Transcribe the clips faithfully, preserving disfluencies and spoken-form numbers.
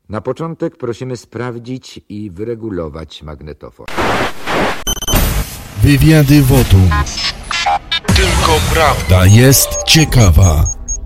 Na początek prosimy sprawdzić i wyregulować magnetofon. Wywiady Wotum. Tylko prawda jest ciekawa.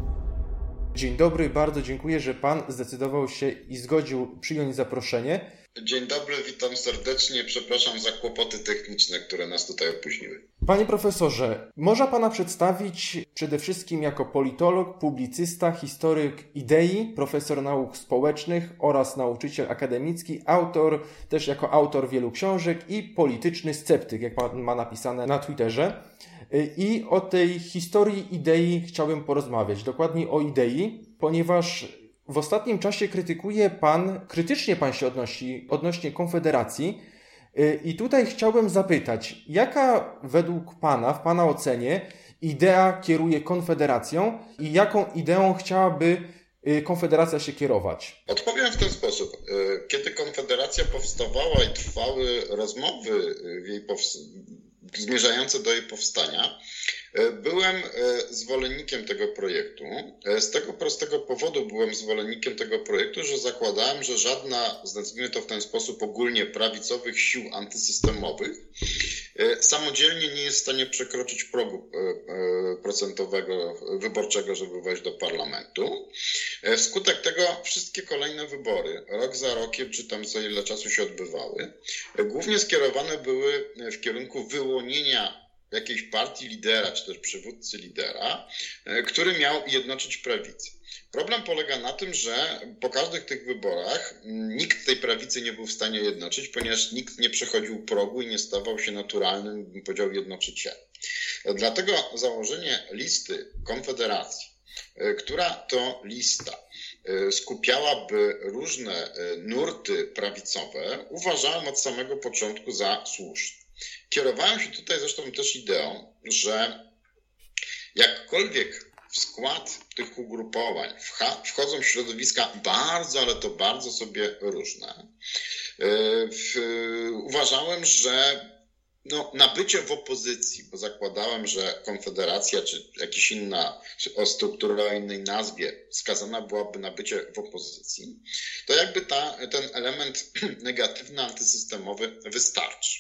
Dzień dobry, bardzo dziękuję, że Pan zdecydował się i zgodził przyjąć zaproszenie. Dzień dobry, witam serdecznie. Przepraszam za kłopoty techniczne, które nas tutaj opóźniły. Panie profesorze, można Pana przedstawić przede wszystkim jako politolog, publicysta, historyk idei, profesor nauk społecznych oraz nauczyciel akademicki, autor, też jako autor wielu książek i polityczny sceptyk, jak Pan ma napisane na Twitterze. I o tej historii idei chciałbym porozmawiać, dokładnie o idei, ponieważ w ostatnim czasie krytykuje Pan, krytycznie Pan się odnosi odnośnie Konfederacji i tutaj chciałbym zapytać, jaka według Pana, w Pana ocenie, idea kieruje Konfederacją i jaką ideą chciałaby Konfederacja się kierować? Odpowiem w ten sposób. Kiedy Konfederacja powstawała i trwały rozmowy w jej powstaniu, zmierzające do jej powstania, byłem zwolennikiem tego projektu. Z tego prostego powodu byłem zwolennikiem tego projektu, że zakładałem, że żadna, nazwijmy to w ten sposób ogólnie, prawicowych sił antysystemowych samodzielnie nie jest w stanie przekroczyć progu procentowego wyborczego, żeby wejść do parlamentu. Wskutek tego wszystkie kolejne wybory, rok za rokiem, czy tam co ile czasu się odbywały, głównie skierowane były w kierunku wyłonienia jakiejś partii lidera, czy też przywódcy lidera, który miał jednoczyć prawicę. Problem polega na tym, że po każdych tych wyborach nikt tej prawicy nie był w stanie jednoczyć, ponieważ nikt nie przechodził progu i nie stawał się naturalnym, bym powiedział, jednoczycielem. Dlatego założenie listy Konfederacji, która to lista skupiałaby różne nurty prawicowe, uważałem od samego początku za słuszne. Kierowałem się tutaj zresztą też ideą, że jakkolwiek w skład tych ugrupowań wchodzą środowiska bardzo, ale to bardzo sobie różne, uważałem, że no, nabycie w opozycji, bo zakładałem, że Konfederacja czy jakaś inna o strukturze o innej nazwie skazana byłaby na bycie w opozycji, to jakby ta, ten element negatywny, antysystemowy wystarczy.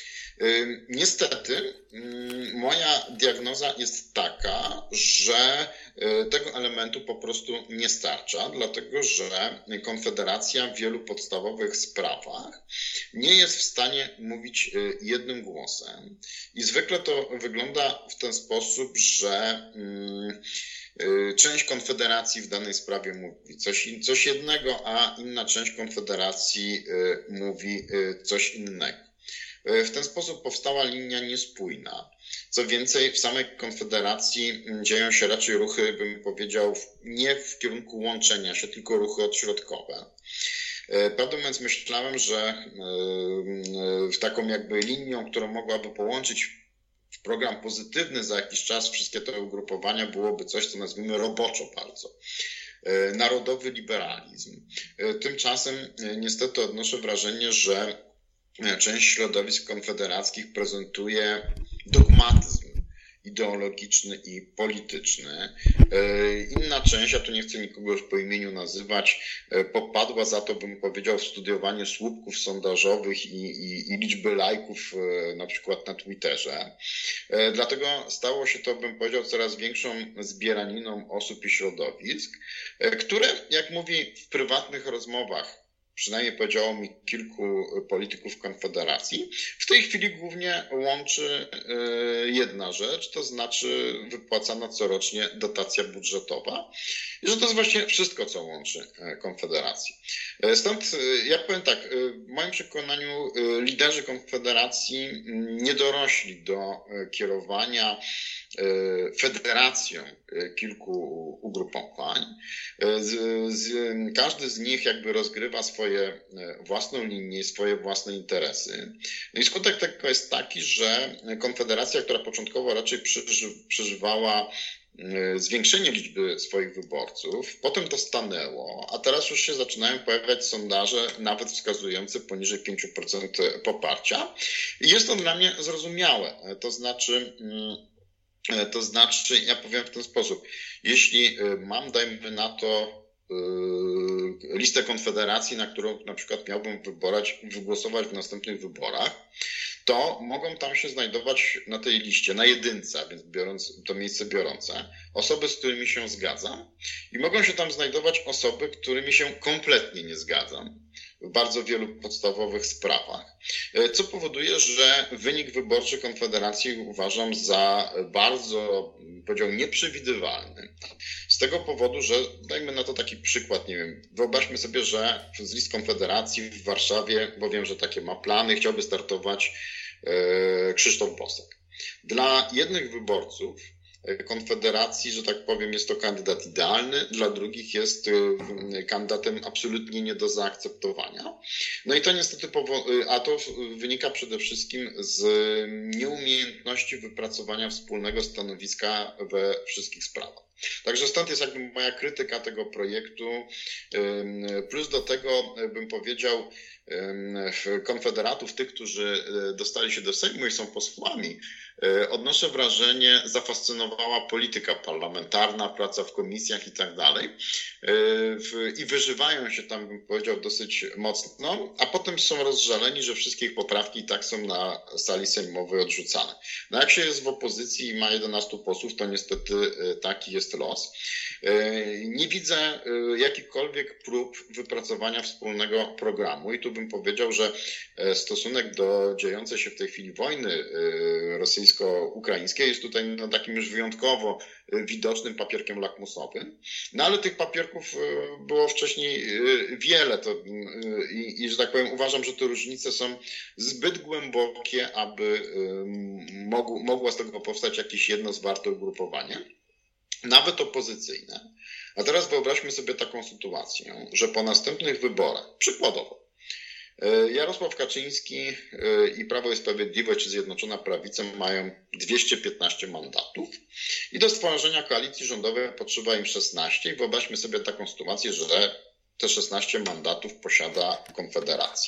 Niestety moja diagnoza jest taka, że tego elementu po prostu nie starcza, dlatego że Konfederacja w wielu podstawowych sprawach nie jest w stanie mówić jednym głosem i zwykle to wygląda w ten sposób, że część Konfederacji w danej sprawie mówi coś, coś jednego, a inna część Konfederacji mówi coś innego. W ten sposób powstała linia niespójna. Co więcej, w samej Konfederacji dzieją się raczej ruchy, bym powiedział, nie w kierunku łączenia się, tylko ruchy odśrodkowe. Prawdę mówiąc, myślałem, że w taką jakby linią, którą mogłaby połączyć w program pozytywny za jakiś czas wszystkie te ugrupowania, byłoby coś, co nazwijmy roboczo bardzo. Narodowy liberalizm. Tymczasem niestety odnoszę wrażenie, że część środowisk konfederackich prezentuje dogmatyzm ideologiczny i polityczny. Inna część, ja tu nie chcę nikogo już po imieniu nazywać, popadła za to, bym powiedział, w studiowanie słupków sondażowych i, i, i liczby lajków na przykład na Twitterze. Dlatego stało się to, bym powiedział, coraz większą zbieraniną osób i środowisk, które, jak mówi w prywatnych rozmowach, przynajmniej powiedziało mi kilku polityków Konfederacji, w tej chwili głównie łączy jedna rzecz, to znaczy wypłacana corocznie dotacja budżetowa i że to jest właśnie wszystko, co łączy Konfederację. Stąd ja powiem tak, w moim przekonaniu liderzy Konfederacji nie dorośli do kierowania federacją kilku ugrupowań. Z, z, każdy z nich jakby rozgrywa swoje własną linię, swoje własne interesy. I skutek tego jest taki, że Konfederacja, która początkowo raczej przeży, przeżywała zwiększenie liczby swoich wyborców, potem to stanęło, a teraz już się zaczynają pojawiać sondaże nawet wskazujące poniżej pięć procent poparcia. I jest to dla mnie zrozumiałe. To znaczy, To znaczy, ja powiem w ten sposób, jeśli mam, dajmy na to, listę Konfederacji, na którą na przykład miałbym wyborać, wygłosować w następnych wyborach, to mogą tam się znajdować na tej liście, na jedynce, a więc biorąc, to miejsce biorące, osoby, z którymi się zgadzam i mogą się tam znajdować osoby, którymi się kompletnie nie zgadzam w bardzo wielu podstawowych sprawach, co powoduje, że wynik wyborczy Konfederacji uważam za bardzo, powiedział, nieprzewidywalny. Z tego powodu, że dajmy na to taki przykład, nie wiem, wyobraźmy sobie, że z list Konfederacji w Warszawie, bo wiem, że takie ma plany, chciałby startować Krzysztof Bosak. Dla jednych wyborców Konfederacji, że tak powiem, jest to kandydat idealny, dla drugich jest kandydatem absolutnie nie do zaakceptowania. No i to niestety, a to wynika przede wszystkim z nieumiejętności wypracowania wspólnego stanowiska we wszystkich sprawach. Także stąd jest jakby moja krytyka tego projektu, plus do tego bym powiedział konfederatów, tych, którzy dostali się do Sejmu i są posłami, odnoszę wrażenie, zafascynowała polityka parlamentarna, praca w komisjach i tak dalej i wyżywają się tam, bym powiedział, dosyć mocno, a potem są rozżaleni, że wszystkie ich poprawki i tak są na sali sejmowej odrzucane. No jak się jest w opozycji i ma jedenastu posłów, to niestety taki jest los. Nie widzę jakichkolwiek prób wypracowania wspólnego programu i tu bym powiedział, że stosunek do dziejącej się w tej chwili wojny rosyjsko-ukraińskiej jest tutaj no, takim już wyjątkowo widocznym papierkiem lakmusowym. No ale tych papierków było wcześniej wiele to, i, i że tak powiem uważam, że te różnice są zbyt głębokie, aby mogło, mogło z tego powstać jakieś jedno zwarte ugrupowanie, nawet opozycyjne. A teraz wyobraźmy sobie taką sytuację, że po następnych wyborach, przykładowo, Jarosław Kaczyński i Prawo i Sprawiedliwość, czy Zjednoczona Prawica mają dwieście piętnaście mandatów i do stworzenia koalicji rządowej potrzeba im szesnaście i wyobraźmy sobie taką sytuację, że te szesnaście mandatów posiada Konfederacja.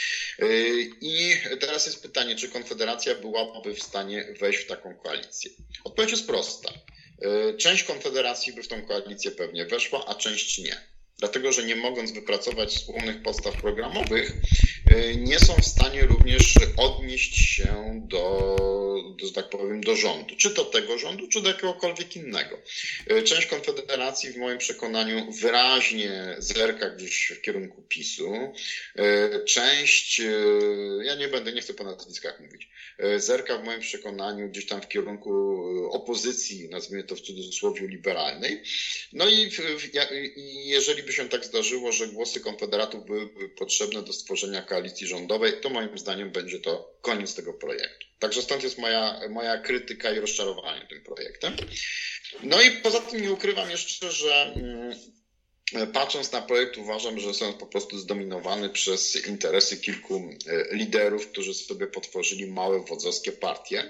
I teraz jest pytanie, czy Konfederacja byłaby w stanie wejść w taką koalicję? Odpowiedź jest prosta. Część Konfederacji by w tą koalicję pewnie weszła, a część nie. Dlatego, że nie mogąc wypracować wspólnych podstaw programowych, nie są w stanie również odnieść się do, do, że tak powiem, do rządu. Czy to tego rządu, czy do jakiegokolwiek innego. Część Konfederacji w moim przekonaniu wyraźnie zerka gdzieś w kierunku PiSu. Część, ja nie będę, nie chcę po nazwiskach mówić, zerka w moim przekonaniu gdzieś tam w kierunku opozycji, nazwijmy to w cudzysłowie liberalnej. No i, i jeżeli by się tak zdarzyło, że głosy konfederatów byłyby potrzebne do stworzenia koalicji rządowej, to moim zdaniem będzie to koniec tego projektu. Także stąd jest moja, moja krytyka i rozczarowanie tym projektem. No i poza tym nie ukrywam jeszcze, że patrząc na projekt uważam, że są po prostu zdominowany przez interesy kilku liderów, którzy sobie potworzyli małe wodzowskie partie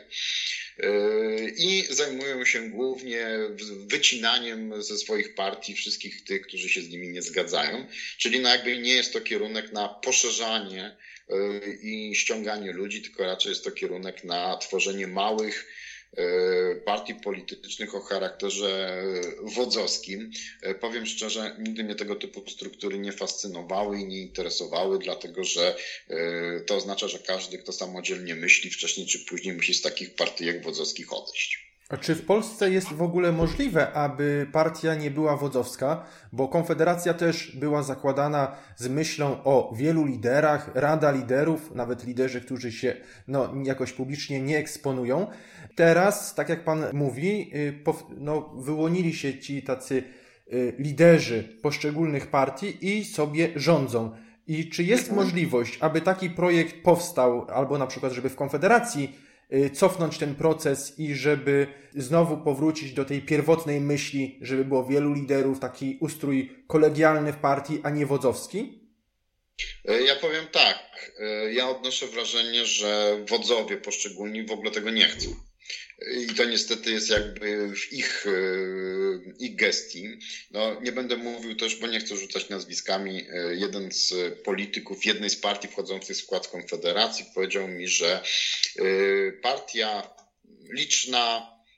i zajmują się głównie wycinaniem ze swoich partii wszystkich tych, którzy się z nimi nie zgadzają. Czyli no jakby nie jest to kierunek na poszerzanie i ściąganie ludzi, tylko raczej jest to kierunek na tworzenie małych partii politycznych o charakterze wodzowskim. Powiem szczerze, nigdy mnie tego typu struktury nie fascynowały i nie interesowały, dlatego że to oznacza, że każdy, kto samodzielnie myśli, wcześniej czy później musi z takich partyjek wodzowskich odejść. A czy w Polsce jest w ogóle możliwe, aby partia nie była wodzowska? Bo Konfederacja też była zakładana z myślą o wielu liderach, rada liderów, nawet liderzy, którzy się no, jakoś publicznie nie eksponują. Teraz, tak jak pan mówi, no, wyłonili się ci tacy liderzy poszczególnych partii i sobie rządzą. I czy jest możliwość, aby taki projekt powstał, albo na przykład, żeby w Konfederacji cofnąć ten proces i żeby znowu powrócić do tej pierwotnej myśli, żeby było wielu liderów, taki ustrój kolegialny w partii, a nie wodzowski? Ja powiem tak, ja odnoszę wrażenie, że wodzowie poszczególni w ogóle tego nie chcą. I to niestety jest jakby w ich, ich gestii. No, nie będę mówił też, bo nie chcę rzucać nazwiskami. Jeden z polityków jednej z partii wchodzących w skład Konfederacji powiedział mi, że partia liczna,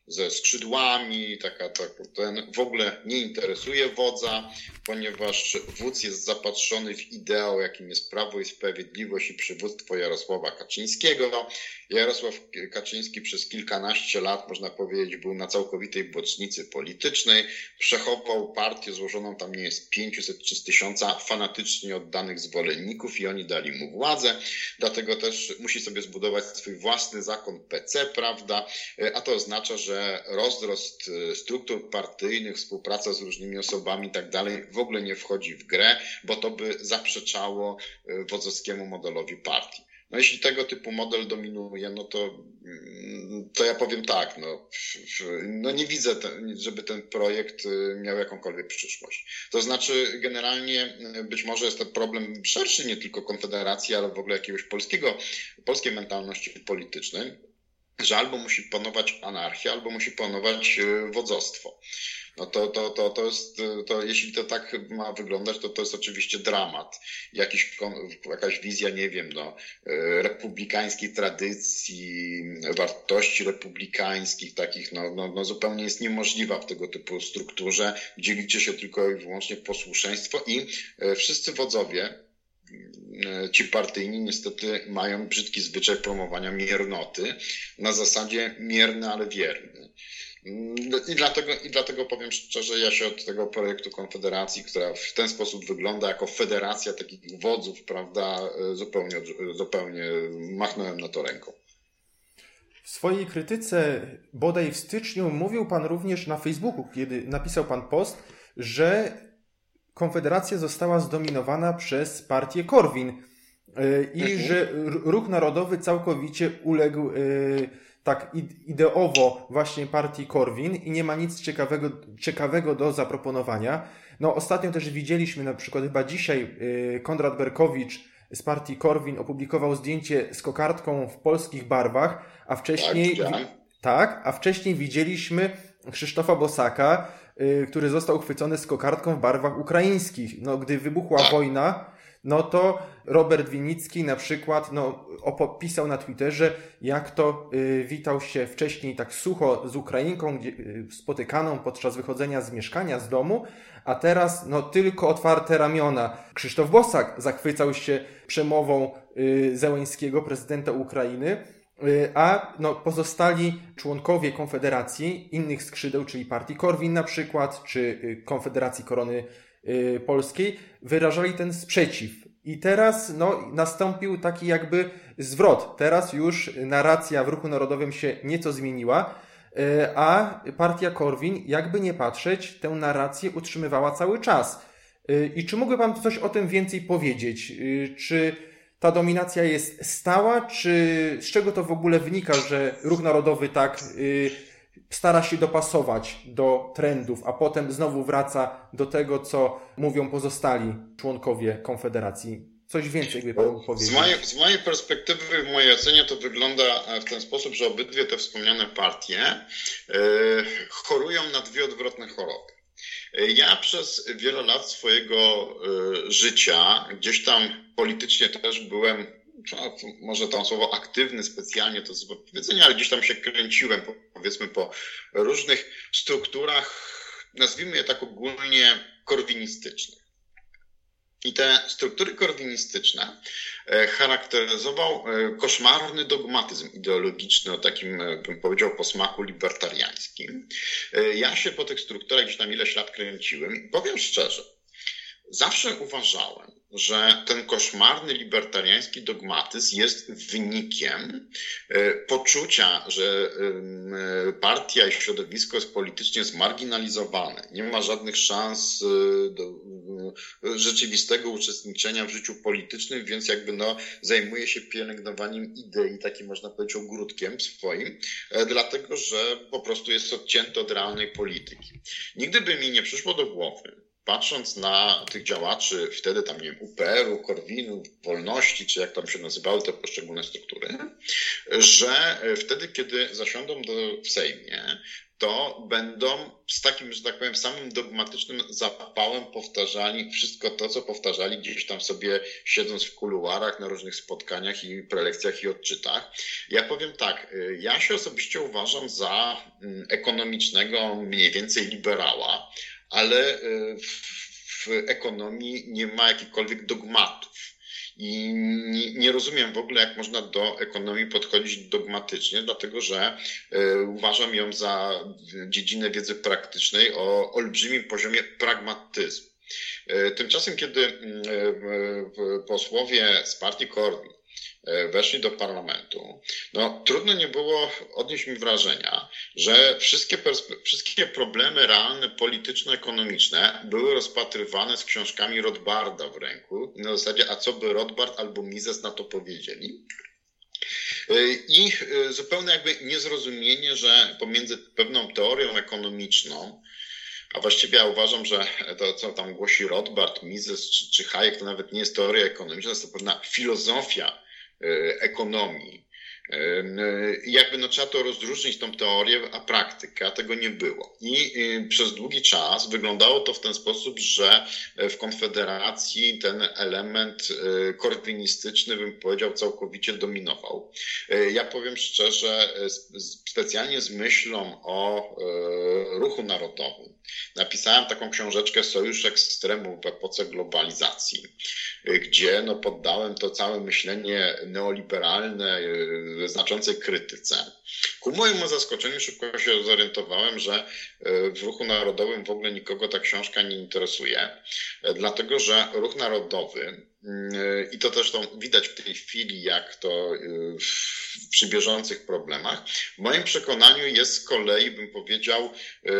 ze skrzydłami, taka, tak, ten w ogóle nie interesuje wodza, ponieważ wódz jest zapatrzony w ideał, jakim jest Prawo i Sprawiedliwość i przywództwo Jarosława Kaczyńskiego. Jarosław Kaczyński przez kilkanaście lat, można powiedzieć, był na całkowitej bocznicy politycznej, przechował partię złożoną, tam nie jest pięćset czy z tysiąca fanatycznie oddanych zwolenników i oni dali mu władzę, dlatego też musi sobie zbudować swój własny zakon P C, prawda, a to oznacza, że rozrost struktur partyjnych, współpraca z różnymi osobami i tak dalej w ogóle nie wchodzi w grę, bo to by zaprzeczało wodzowskiemu modelowi partii. No jeśli tego typu model dominuje, no to, to ja powiem tak, no, no nie widzę, ten, żeby ten projekt miał jakąkolwiek przyszłość. To znaczy generalnie być może jest to problem szerszy, nie tylko Konfederacji, ale w ogóle jakiegoś polskiego, polskiej mentalności politycznej, że albo musi panować anarchia, albo musi panować wodzostwo. No to, to, to, to jest, to jeśli to tak ma wyglądać, to to jest oczywiście dramat. Jakiś, jakaś wizja, nie wiem, no, republikańskiej tradycji, wartości republikańskich, takich, no, no, no zupełnie jest niemożliwa w tego typu strukturze, gdzie liczy się tylko i wyłącznie posłuszeństwo i wszyscy wodzowie, ci partyjni niestety mają brzydki zwyczaj promowania miernoty na zasadzie mierny, ale wierny. I dlatego, I dlatego powiem szczerze, ja się od tego projektu Konfederacji, która w ten sposób wygląda jako federacja takich wodzów, prawda, zupełnie, zupełnie machnąłem na to ręką. W swojej krytyce bodaj w styczniu mówił pan również na Facebooku, kiedy napisał pan post, że Konfederacja została zdominowana przez partię Korwin i mhm. że Ruch Narodowy całkowicie uległ tak ideowo właśnie partii Korwin i nie ma nic ciekawego, ciekawego do zaproponowania. No ostatnio też widzieliśmy, na przykład chyba dzisiaj Konrad Berkowicz z partii Korwin opublikował zdjęcie z kokardką w polskich barwach, a wcześniej tak, tak a wcześniej widzieliśmy Krzysztofa Bosaka, który został uchwycony z kokardką w barwach ukraińskich. No gdy wybuchła wojna, no to Robert Winnicki na przykład no, opisał na Twitterze, jak to y, witał się wcześniej tak sucho z Ukrainką gdzie, y, spotykaną podczas wychodzenia z mieszkania, z domu, a teraz no tylko otwarte ramiona. Krzysztof Bosak zachwycał się przemową y, Zełenskiego, prezydenta Ukrainy, y, a no, pozostali członkowie Konfederacji, innych skrzydeł, czyli partii Korwin na przykład, czy y, Konfederacji Korony y, Polskiej, wyrażali ten sprzeciw. I teraz no, nastąpił taki jakby zwrot. Teraz już narracja w Ruchu Narodowym się nieco zmieniła, a partia Korwin, jakby nie patrzeć, tę narrację utrzymywała cały czas. I czy mógłby pan coś o tym więcej powiedzieć? Czy ta dominacja jest stała, czy z czego to w ogóle wynika, że Ruch Narodowy tak stara się dopasować do trendów, a potem znowu wraca do tego, co mówią pozostali członkowie Konfederacji? Coś więcej by pan mógł powiedzieć. Z mojej, z mojej perspektywy, w mojej ocenie to wygląda w ten sposób, że obydwie te wspomniane partie yy, chorują na dwie odwrotne choroby. Ja przez wiele lat swojego yy, życia, gdzieś tam politycznie też byłem, no, może to słowo aktywny specjalnie to jest powiedzenie, ale gdzieś tam się kręciłem, powiedzmy, po różnych strukturach, nazwijmy je tak ogólnie korwinistycznych. I te struktury korwinistyczne charakteryzował koszmarny dogmatyzm ideologiczny o takim, bym powiedział, posmaku libertariańskim. Ja się po tych strukturach gdzieś tam ileś lat kręciłem i powiem szczerze, zawsze uważałem, że ten koszmarny libertariański dogmatyzm jest wynikiem poczucia, że partia i środowisko jest politycznie zmarginalizowane. Nie ma żadnych szans do rzeczywistego uczestniczenia w życiu politycznym, więc jakby no zajmuje się pielęgnowaniem idei, takim można powiedzieć ogródkiem swoim, dlatego że po prostu jest odcięty od realnej polityki. Nigdy by mi nie przyszło do głowy, patrząc na tych działaczy wtedy tam, nie wiem, U P R u, Korwinu, Wolności, czy jak tam się nazywały te poszczególne struktury, że wtedy, kiedy zasiądą do, w Sejmie, to będą z takim, że tak powiem, samym dogmatycznym zapałem powtarzali wszystko to, co powtarzali gdzieś tam sobie siedząc w kuluarach na różnych spotkaniach i prelekcjach i odczytach. Ja powiem tak, ja się osobiście uważam za ekonomicznego mniej więcej liberała, ale w ekonomii nie ma jakichkolwiek dogmatów. I nie, nie rozumiem w ogóle, jak można do ekonomii podchodzić dogmatycznie, dlatego że y, uważam ją za dziedzinę wiedzy praktycznej o olbrzymim poziomie pragmatyzmu. Y, tymczasem, kiedy y, y, posłowie z partii Korwin weszli do parlamentu, no trudno nie było odnieść mi wrażenia, że wszystkie, wszystkie problemy realne, polityczno-ekonomiczne były rozpatrywane z książkami Rothbarda w ręku. Na zasadzie, a co by Rothbard albo Mises na to powiedzieli? I zupełne jakby niezrozumienie, że pomiędzy pewną teorią ekonomiczną, a właściwie ja uważam, że to, co tam głosi Rothbard, Mises czy, czy Hayek, to nawet nie jest teoria ekonomiczna, to jest to pewna filozofia ekonomii. I jakby no trzeba to rozróżnić, tą teorię, a praktykę, a tego nie było. I przez długi czas wyglądało to w ten sposób, że w Konfederacji ten element korwinistyczny, bym powiedział, całkowicie dominował. Ja powiem szczerze, specjalnie z myślą o ruchu narodowym napisałem taką książeczkę Sojusz Ekstremów w epoce globalizacji, gdzie no poddałem to całe myślenie neoliberalne znaczącej krytyce. Ku mojemu zaskoczeniu szybko się zorientowałem, że w ruchu narodowym w ogóle nikogo ta książka nie interesuje, dlatego że ruch narodowy, i to zresztą widać w tej chwili, jak to przy bieżących problemach, w moim przekonaniu jest z kolei, bym powiedział,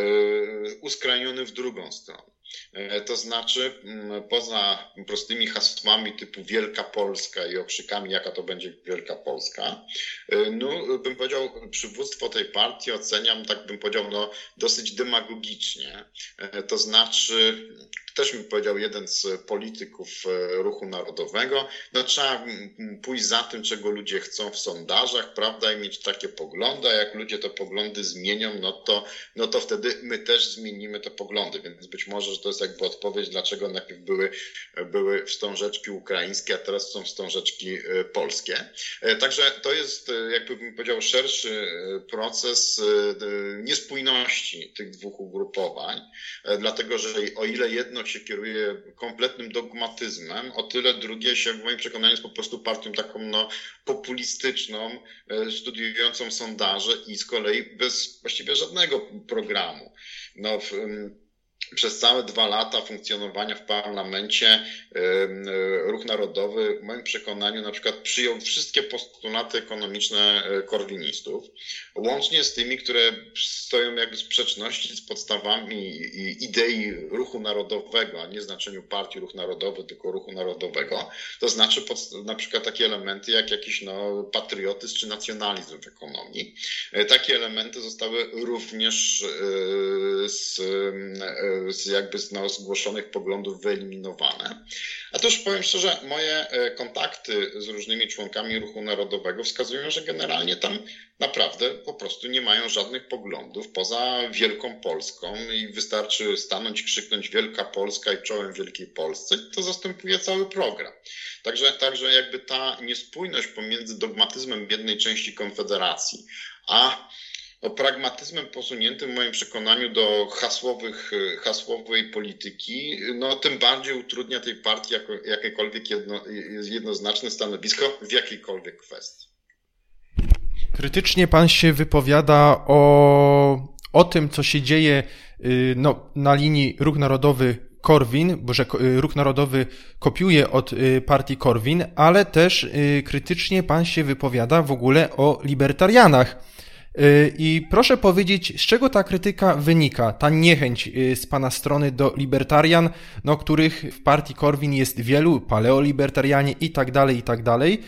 uskrajniony w drugą stronę. To znaczy, poza prostymi hasłami typu Wielka Polska i okrzykami, jaka to będzie Wielka Polska, no bym powiedział, przywództwo tej partii oceniam, tak bym powiedział, no dosyć demagogicznie. To znaczy, też mi powiedział jeden z polityków ruchu narodowego, no trzeba pójść za tym, czego ludzie chcą w sondażach, prawda, i mieć takie poglądy, a jak ludzie te poglądy zmienią, no to, no to wtedy my też zmienimy te poglądy, więc być może, że to jest jakby odpowiedź, dlaczego najpierw były, były wstążeczki ukraińskie, a teraz są wstążeczki polskie. Także to jest, jakby bym powiedział, szerszy proces niespójności tych dwóch ugrupowań, dlatego że o ile jedno się kieruje kompletnym dogmatyzmem, o tyle drugie się w moim przekonaniu jest po prostu partią taką no, populistyczną, studiującą sondaże i z kolei bez właściwie żadnego programu. No, w, Przez całe dwa lata funkcjonowania w parlamencie Ruch Narodowy w moim przekonaniu na przykład przyjął wszystkie postulaty ekonomiczne korwinistów, łącznie z tymi, które stoją jakby w sprzeczności z podstawami idei Ruchu Narodowego, a nie znaczeniu partii Ruch Narodowy, tylko Ruchu Narodowego. To znaczy na przykład takie elementy jak jakiś no, patriotyzm czy nacjonalizm w ekonomii. Takie elementy zostały również z z jakby z no, zgłoszonych poglądów wyeliminowane. A też powiem szczerze, moje kontakty z różnymi członkami Ruchu Narodowego wskazują, że generalnie tam naprawdę po prostu nie mają żadnych poglądów poza Wielką Polską i wystarczy stanąć, krzyknąć Wielka Polska i czołem Wielkiej Polsce, to zastępuje cały program. Także, także jakby ta niespójność pomiędzy dogmatyzmem jednej części Konfederacji, a no, pragmatyzmem posuniętym w moim przekonaniu do hasłowych, hasłowej polityki, no tym bardziej utrudnia tej partii jako, jakiekolwiek jedno, jednoznaczne stanowisko w jakiejkolwiek kwestii. Krytycznie pan się wypowiada o, o tym, co się dzieje no, na linii Ruch Narodowy Korwin, bo że Ruch Narodowy kopiuje od partii Korwin, ale też krytycznie pan się wypowiada w ogóle o libertarianach. I proszę powiedzieć, z czego ta krytyka wynika, ta niechęć z pana strony do libertarian, no których w partii Korwin jest wielu, paleolibertarianie i tak dalej, i tak dalej.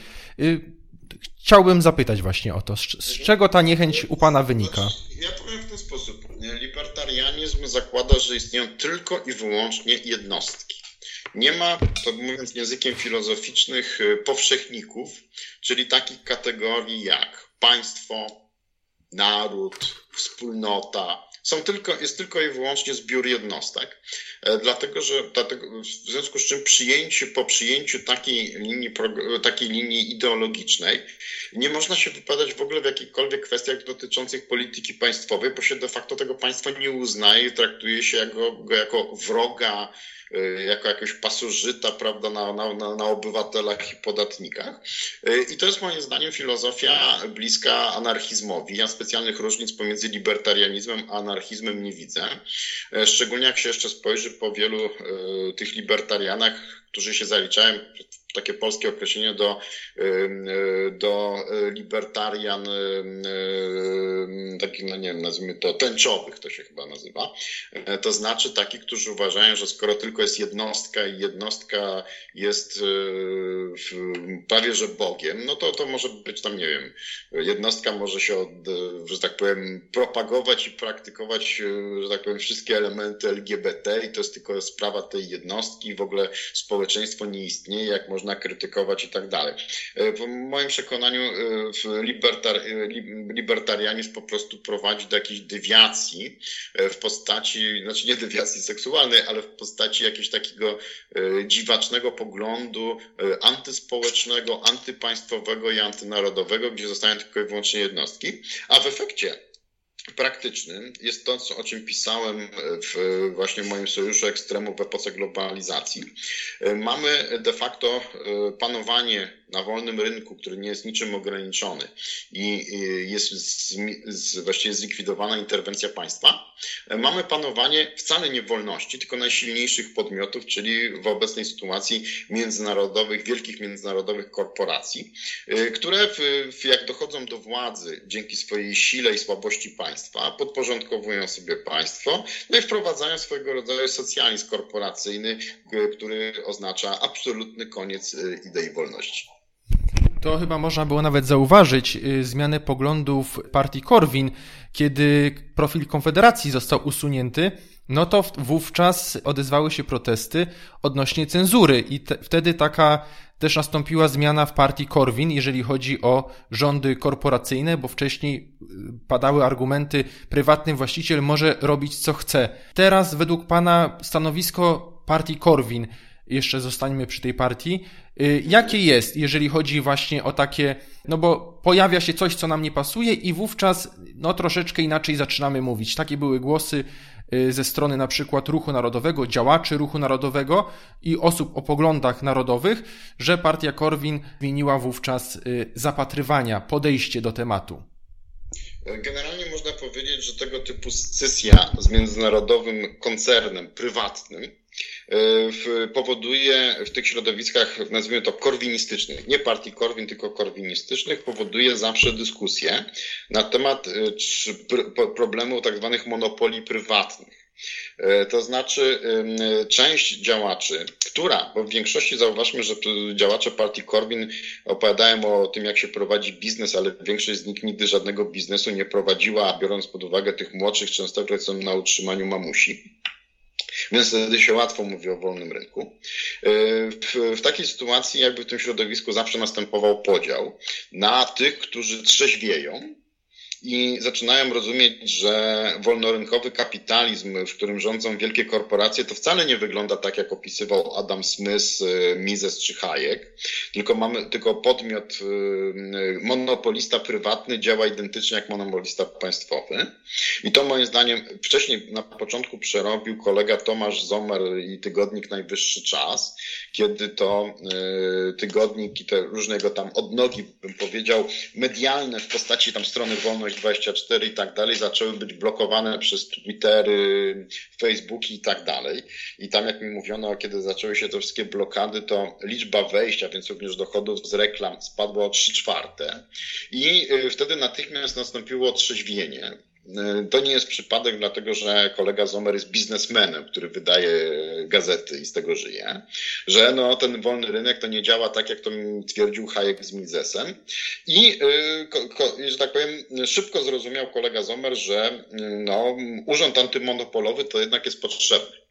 Chciałbym zapytać właśnie o to, z czego ta niechęć u pana wynika? Ja powiem w ten sposób. Libertarianie libertarianizm zakłada, że istnieją tylko i wyłącznie jednostki. Nie ma, to mówiąc językiem filozoficznych, powszechników, czyli takich kategorii jak państwo, naród, wspólnota. Są tylko, jest tylko i wyłącznie zbiór jednostek, dlatego że dlatego, w związku z czym przyjęciu, po przyjęciu takiej linii, takiej linii ideologicznej nie można się wypowiadać w ogóle w jakichkolwiek kwestiach dotyczących polityki państwowej, bo się de facto tego państwa nie uznaje i traktuje się go, go jako wroga, jako jakiegoś pasożyta, prawda, na, na, na obywatelach i podatnikach. I to jest moim zdaniem filozofia bliska anarchizmowi. Ja specjalnych różnic pomiędzy libertarianizmem a anarchizmem nie widzę. Szczególnie jak się jeszcze spojrzy po wielu tych libertarianach, którzy się zaliczają, takie polskie określenie, do, do libertarian, takich, no nie wiem, nazwijmy to tęczowych, to się chyba nazywa. To znaczy takich, którzy uważają, że skoro tylko jest jednostka i jednostka jest prawie że Bogiem, no to to może być tam, nie wiem, jednostka może się, od, że tak powiem, propagować i praktykować, że tak powiem, wszystkie elementy L G B T i to jest tylko sprawa tej jednostki, w ogóle społeczeństwo nie istnieje, jak można można krytykować i tak dalej. W moim przekonaniu libertar, libertarianizm po prostu prowadzi do jakiejś dewiacji w postaci, znaczy nie dewiacji seksualnej, ale w postaci jakiegoś takiego dziwacznego poglądu antyspołecznego, antypaństwowego i antynarodowego, gdzie zostają tylko i wyłącznie jednostki, a w efekcie praktycznym jest to, o czym pisałem w właśnie moim sojuszu ekstremów w epoce globalizacji. Mamy de facto panowanie na wolnym rynku, który nie jest niczym ograniczony i jest z, z, właściwie zlikwidowana interwencja państwa. Mamy panowanie wcale nie wolności, tylko najsilniejszych podmiotów, czyli w obecnej sytuacji międzynarodowych, wielkich międzynarodowych korporacji, które w, jak dochodzą do władzy dzięki swojej sile i słabości państwa, podporządkowują sobie państwo, no i wprowadzają swojego rodzaju socjalizm korporacyjny, który oznacza absolutny koniec idei wolności. To chyba można było nawet zauważyć zmianę poglądów partii Korwin, kiedy profil Konfederacji został usunięty, no to wówczas odezwały się protesty odnośnie cenzury i te, wtedy taka też nastąpiła zmiana w partii Korwin, jeżeli chodzi o rządy korporacyjne, bo wcześniej padały argumenty, prywatny właściciel może robić co chce. Teraz według pana stanowisko partii Korwin, jeszcze zostańmy przy tej partii, jakie jest, jeżeli chodzi właśnie o takie, no bo pojawia się coś, co nam nie pasuje i wówczas no troszeczkę inaczej zaczynamy mówić. Takie były głosy ze strony na przykład Ruchu Narodowego, działaczy Ruchu Narodowego i osób o poglądach narodowych, że partia Korwin zmieniła wówczas zapatrywania, podejście do tematu. Generalnie można powiedzieć, że tego typu scysja z międzynarodowym koncernem prywatnym powoduje w tych środowiskach, nazwijmy to korwinistycznych, nie partii Korwin, tylko korwinistycznych, powoduje zawsze dyskusję na temat problemu tak zwanych monopolii prywatnych. To znaczy część działaczy, która, bo w większości zauważmy, że działacze partii Korwin opowiadają o tym, jak się prowadzi biznes, ale większość z nich nigdy żadnego biznesu nie prowadziła, biorąc pod uwagę tych młodszych, często które są na utrzymaniu mamusi. Więc wtedy się łatwo mówi o wolnym rynku. W, w takiej sytuacji jakby w tym środowisku zawsze następował podział na tych, którzy trzeźwieją i zaczynają rozumieć, że wolnorynkowy kapitalizm, w którym rządzą wielkie korporacje, to wcale nie wygląda tak, jak opisywał Adam Smith, Mises czy Hayek, tylko mamy tylko podmiot, monopolista prywatny działa identycznie jak monopolista państwowy. I to moim zdaniem wcześniej na początku przerobił kolega Tomasz Sommer i tygodnik Najwyższy Czas, kiedy to tygodnik i te różne jego tam odnogi, bym powiedział, medialne w postaci tam strony Wolność dwadzieścia cztery i tak dalej, zaczęły być blokowane przez Twittery, Facebooki i tak dalej. I tam, jak mi mówiono, kiedy zaczęły się te wszystkie blokady, to liczba wejść, a więc również dochodów z reklam spadła o trzy czwarte. I wtedy natychmiast nastąpiło otrzeźwienie. To nie jest przypadek, dlatego że kolega Sommer jest biznesmenem, który wydaje gazety i z tego żyje, że no, ten wolny rynek to nie działa tak, jak to twierdził Hayek z Misesem. I, że tak powiem, szybko zrozumiał kolega Sommer, że no, urząd antymonopolowy to jednak jest potrzebny.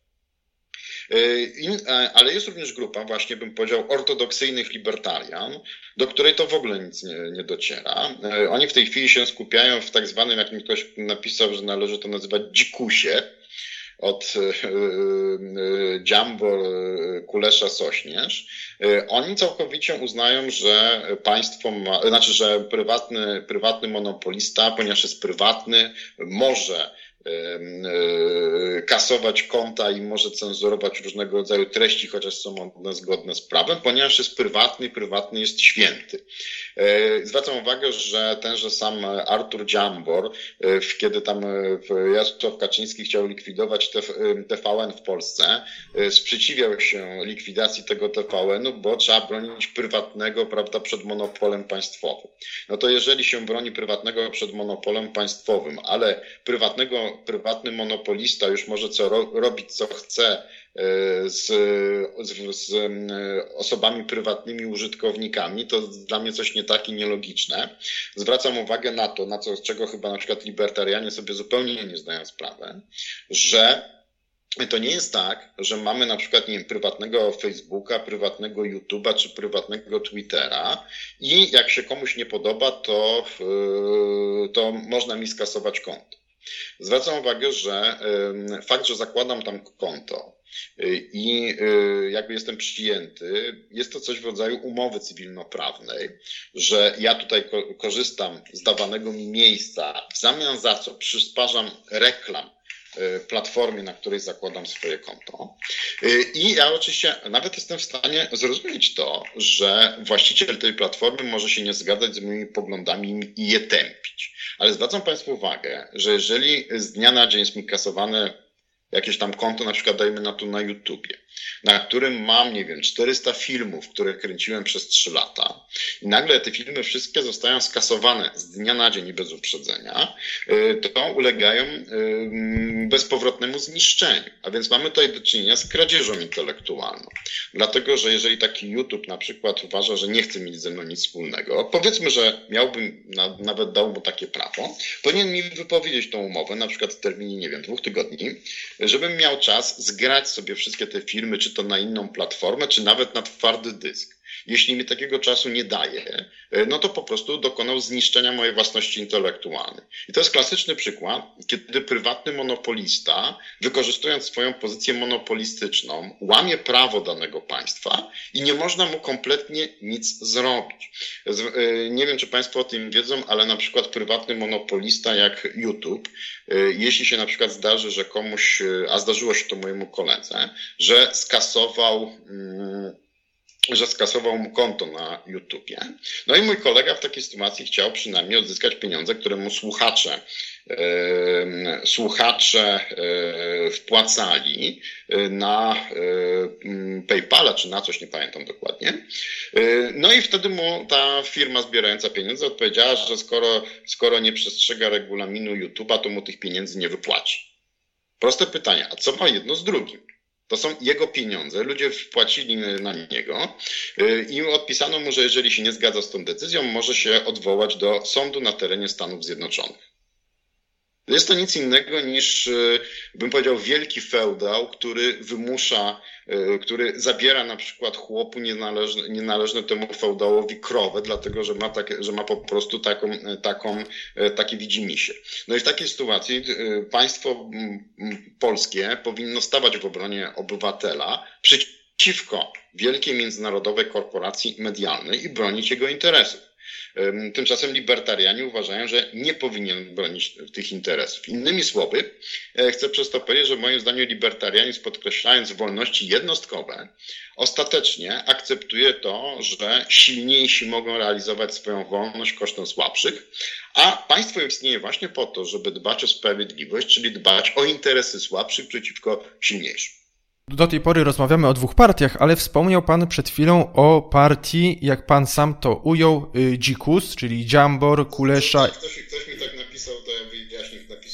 Ale jest również grupa, właśnie bym powiedział, ortodoksyjnych libertarian, do której to w ogóle nic nie, nie dociera. Oni w tej chwili się skupiają w tak zwanym, jak mi ktoś napisał, że należy to nazywać dzikusie, od Dziambor, Kulesza, Sośnierz. Oni całkowicie uznają, że państwo ma, znaczy, że prywatny, prywatny monopolista, ponieważ jest prywatny, może kasować konta i może cenzurować różnego rodzaju treści, chociaż są one zgodne z prawem, ponieważ jest prywatny, prywatny jest święty. Zwracam uwagę, że tenże sam Artur Dziambor, kiedy tam Jarosław Kaczyński chciał likwidować T V N w Polsce, sprzeciwiał się likwidacji tego T V N-u, bo trzeba bronić prywatnego, prawda, przed monopolem państwowym. No to jeżeli się broni prywatnego przed monopolem państwowym, ale prywatnego prywatny monopolista już może co ro, robić co chce z, z, z osobami prywatnymi użytkownikami, to dla mnie coś nie tak i nielogiczne. Zwracam uwagę na to, na co, z czego chyba na przykład libertarianie sobie zupełnie nie zdają sprawy, że to nie jest tak, że mamy na przykład, nie wiem, prywatnego Facebooka, prywatnego YouTube'a czy prywatnego Twittera i jak się komuś nie podoba, to, to można mi skasować konto. Zwracam uwagę, że fakt, że zakładam tam konto i jakby jestem przyjęty, jest to coś w rodzaju umowy cywilnoprawnej, że ja tutaj korzystam z dawanego mi miejsca, w zamian za co przysparzam reklam platformie, na której zakładam swoje konto. I ja oczywiście nawet jestem w stanie zrozumieć to, że właściciel tej platformy może się nie zgadzać z moimi poglądami i je tępić. Ale zwracam Państwu uwagę, że jeżeli z dnia na dzień jest mi kasowane jakieś tam konto, na przykład dajmy na to na YouTubie, na którym mam, nie wiem, czterysta filmów, które kręciłem przez trzy lata i nagle te filmy wszystkie zostają skasowane z dnia na dzień i bez uprzedzenia, to ulegają bezpowrotnemu zniszczeniu. A więc mamy tutaj do czynienia z kradzieżą intelektualną. Dlatego, że jeżeli taki YouTube na przykład uważa, że nie chce mieć ze mną nic wspólnego, powiedzmy, że miałbym, nawet dał mu takie prawo, powinien mi wypowiedzieć tą umowę, na przykład w terminie, nie wiem, dwóch tygodni, żebym miał czas zgrać sobie wszystkie te filmy, czy to na inną platformę, czy nawet na twardy dysk. Jeśli mi takiego czasu nie daje, no to po prostu dokonał zniszczenia mojej własności intelektualnej. I to jest klasyczny przykład, kiedy prywatny monopolista, wykorzystując swoją pozycję monopolistyczną, łamie prawo danego państwa i nie można mu kompletnie nic zrobić. Nie wiem, czy Państwo o tym wiedzą, ale na przykład prywatny monopolista jak YouTube, jeśli się na przykład zdarzy, że komuś, a zdarzyło się to mojemu koledze, że skasował... że skasował mu konto na YouTubie. No i mój kolega w takiej sytuacji chciał przynajmniej odzyskać pieniądze, które mu słuchacze, yy, słuchacze yy, wpłacali na yy, PayPala, czy na coś, nie pamiętam dokładnie. Yy, no i wtedy mu ta firma zbierająca pieniądze odpowiedziała, że skoro, skoro nie przestrzega regulaminu YouTube'a, to mu tych pieniędzy nie wypłaci. Proste pytanie, a co ma jedno z drugim? To są jego pieniądze, ludzie wpłacili na niego i odpisano mu, że jeżeli się nie zgadza z tą decyzją, może się odwołać do sądu na terenie Stanów Zjednoczonych. Jest to nic innego niż, bym powiedział, wielki feudał, który wymusza, który zabiera na przykład chłopu nienależne, nienależne temu feudałowi krowę, dlatego że ma, takie, że ma po prostu taką, taką, takie widzimisię. No i w takiej sytuacji państwo polskie powinno stawać w obronie obywatela przeciwko wielkiej międzynarodowej korporacji medialnej i bronić jego interesów. Tymczasem libertarianie uważają, że nie powinien bronić tych interesów. Innymi słowy, chcę przez to powiedzieć, że moim zdaniem libertarianizm, podkreślając wolności jednostkowe, ostatecznie akceptuje to, że silniejsi mogą realizować swoją wolność kosztem słabszych, a państwo istnieje właśnie po to, żeby dbać o sprawiedliwość, czyli dbać o interesy słabszych przeciwko silniejszym. Do tej pory rozmawiamy o dwóch partiach, ale wspomniał Pan przed chwilą o partii, jak Pan sam to ujął, Dzikus, czyli Dziambor, Kulesza. Ktoś, ktoś mi tak napisał, to ja wyjaśnię, napisał.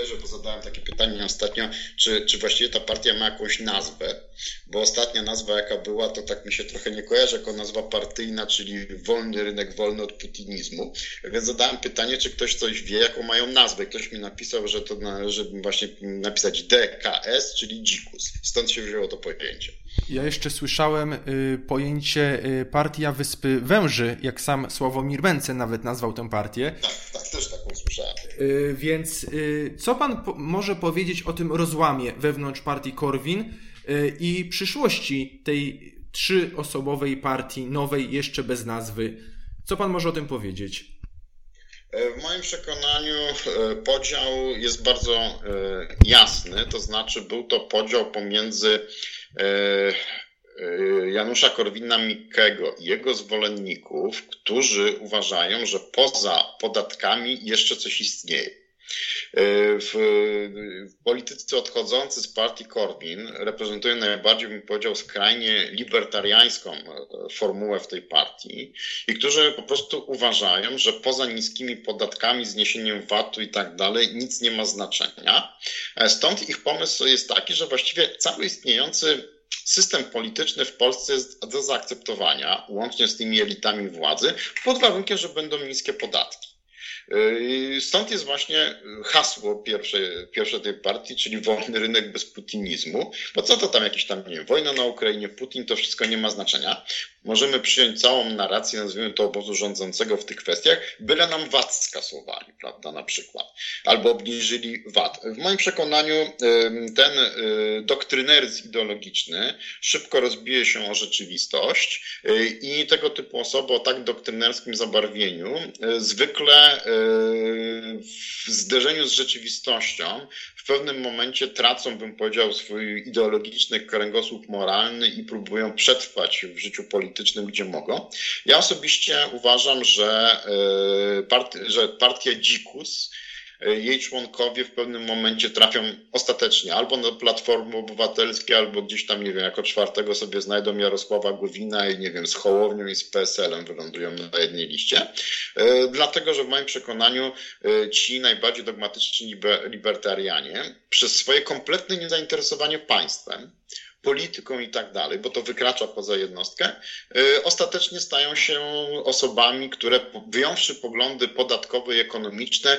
Twitterze, bo zadałem takie pytanie ostatnio, czy, czy właściwie ta partia ma jakąś nazwę, bo ostatnia nazwa jaka była, to tak mi się trochę nie kojarzy jako nazwa partyjna, czyli wolny rynek wolny od putinizmu, więc zadałem pytanie, czy ktoś coś wie, jaką mają nazwę. Ktoś mi napisał, że to należy właśnie napisać D K S, czyli dzikus. Stąd się wzięło to pojęcie. Ja jeszcze słyszałem y, pojęcie y, Partia Wyspy Węży, jak sam Sławomir Mencen nawet nazwał tę partię. Tak, tak, też taką słyszałem. Y, więc y, co pan po- może powiedzieć o tym rozłamie wewnątrz partii Korwin y, i przyszłości tej trzyosobowej partii, nowej, jeszcze bez nazwy? Co pan może o tym powiedzieć? W moim przekonaniu podział jest bardzo jasny, to znaczy był to podział pomiędzy Janusza Korwina-Mikkego i jego zwolenników, którzy uważają, że poza podatkami jeszcze coś istnieje. W, w politycy odchodzący z partii Korwin reprezentują najbardziej, bym powiedział, skrajnie libertariańską formułę w tej partii i którzy po prostu uważają, że poza niskimi podatkami, zniesieniem V A T-u i tak dalej nic nie ma znaczenia. Stąd ich pomysł jest taki, że właściwie cały istniejący system polityczny w Polsce jest do zaakceptowania, łącznie z tymi elitami władzy, pod warunkiem, że będą niskie podatki. Stąd jest właśnie hasło pierwsze, pierwsze tej partii, czyli wolny rynek bez putinizmu, bo co to tam jakieś tam, nie wiem, wojna na Ukrainie, Putin, to wszystko nie ma znaczenia. Możemy przyjąć całą narrację, nazwijmy to, obozu rządzącego w tych kwestiach, byle nam V A T skasowali, prawda, na przykład, albo obniżyli V A T. W moim przekonaniu ten doktryneryzm ideologiczny szybko rozbije się o rzeczywistość i tego typu osoby o tak doktrynerskim zabarwieniu zwykle w zderzeniu z rzeczywistością w pewnym momencie tracą, bym powiedział, swój ideologiczny kręgosłup moralny i próbują przetrwać w życiu politycznym, gdzie mogą. Ja osobiście uważam, że, part- że partia Dzikus, jej członkowie w pewnym momencie trafią ostatecznie albo na Platformy Obywatelskie, albo gdzieś tam, nie wiem, jako czwartego sobie znajdą Jarosława Gowina i, nie wiem, z Hołownią i z P S L-em wylądują na jednej liście. Dlatego, że w moim przekonaniu ci najbardziej dogmatyczni libertarianie przez swoje kompletne niezainteresowanie państwem, polityką i tak dalej, bo to wykracza poza jednostkę, ostatecznie stają się osobami, które wyjąwszy poglądy podatkowe i ekonomiczne,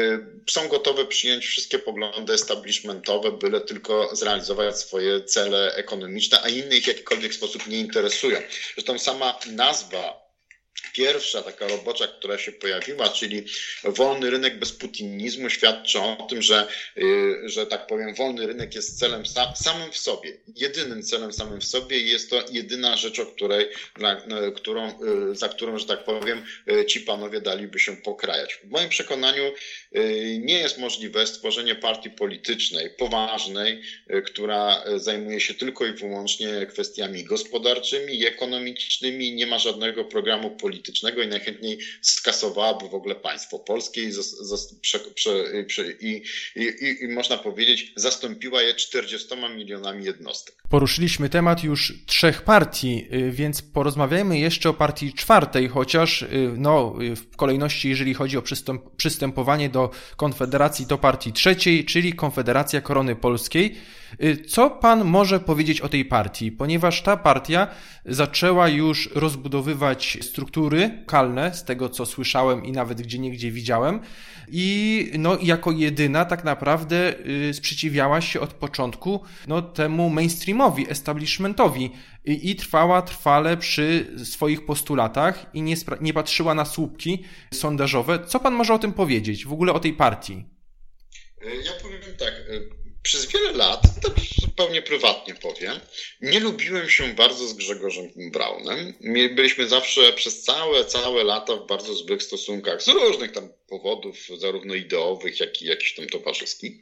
są gotowe przyjąć wszystkie poglądy establishmentowe, byle tylko zrealizować swoje cele ekonomiczne, a inne ich w jakikolwiek sposób nie interesują. Zresztą sama nazwa pierwsza, taka robocza, która się pojawiła, czyli wolny rynek bez putinizmu, świadczy o tym, że, że tak powiem, wolny rynek jest celem sam, samym w sobie, jedynym celem samym w sobie i jest to jedyna rzecz, o której, dla, którą, za którą, że tak powiem, ci panowie daliby się pokrajać. W moim przekonaniu nie jest możliwe stworzenie partii politycznej, poważnej, która zajmuje się tylko i wyłącznie kwestiami gospodarczymi i ekonomicznymi, nie ma żadnego programu politycznego i najchętniej skasowałaby w ogóle państwo polskie i, zas, zas, prze, prze, prze, i, i, i można powiedzieć zastąpiła je czterdziestoma milionami jednostek. Poruszyliśmy temat już trzech partii, więc porozmawiajmy jeszcze o partii czwartej, chociaż no, w kolejności, jeżeli chodzi o przystęp, przystępowanie do Konfederacji, do partii trzeciej, czyli Konfederacja Korony Polskiej. Co pan może powiedzieć o tej partii? Ponieważ ta partia zaczęła już rozbudowywać struktury lokalne, z tego co słyszałem i nawet gdzieniegdzie widziałem, i no, jako jedyna tak naprawdę y, sprzeciwiała się od początku no, temu mainstreamowi, establishmentowi i, i trwała trwale przy swoich postulatach i nie, spra- nie patrzyła na słupki sondażowe. Co pan może o tym powiedzieć, w ogóle o tej partii? Ja powiem tak. Przez wiele lat, tak zupełnie prywatnie powiem, nie lubiłem się bardzo z Grzegorzem Braunem. Byliśmy zawsze przez całe, całe lata w bardzo złych stosunkach z różnych tam powodów, zarówno ideowych, jak i jakichś tam towarzyskich.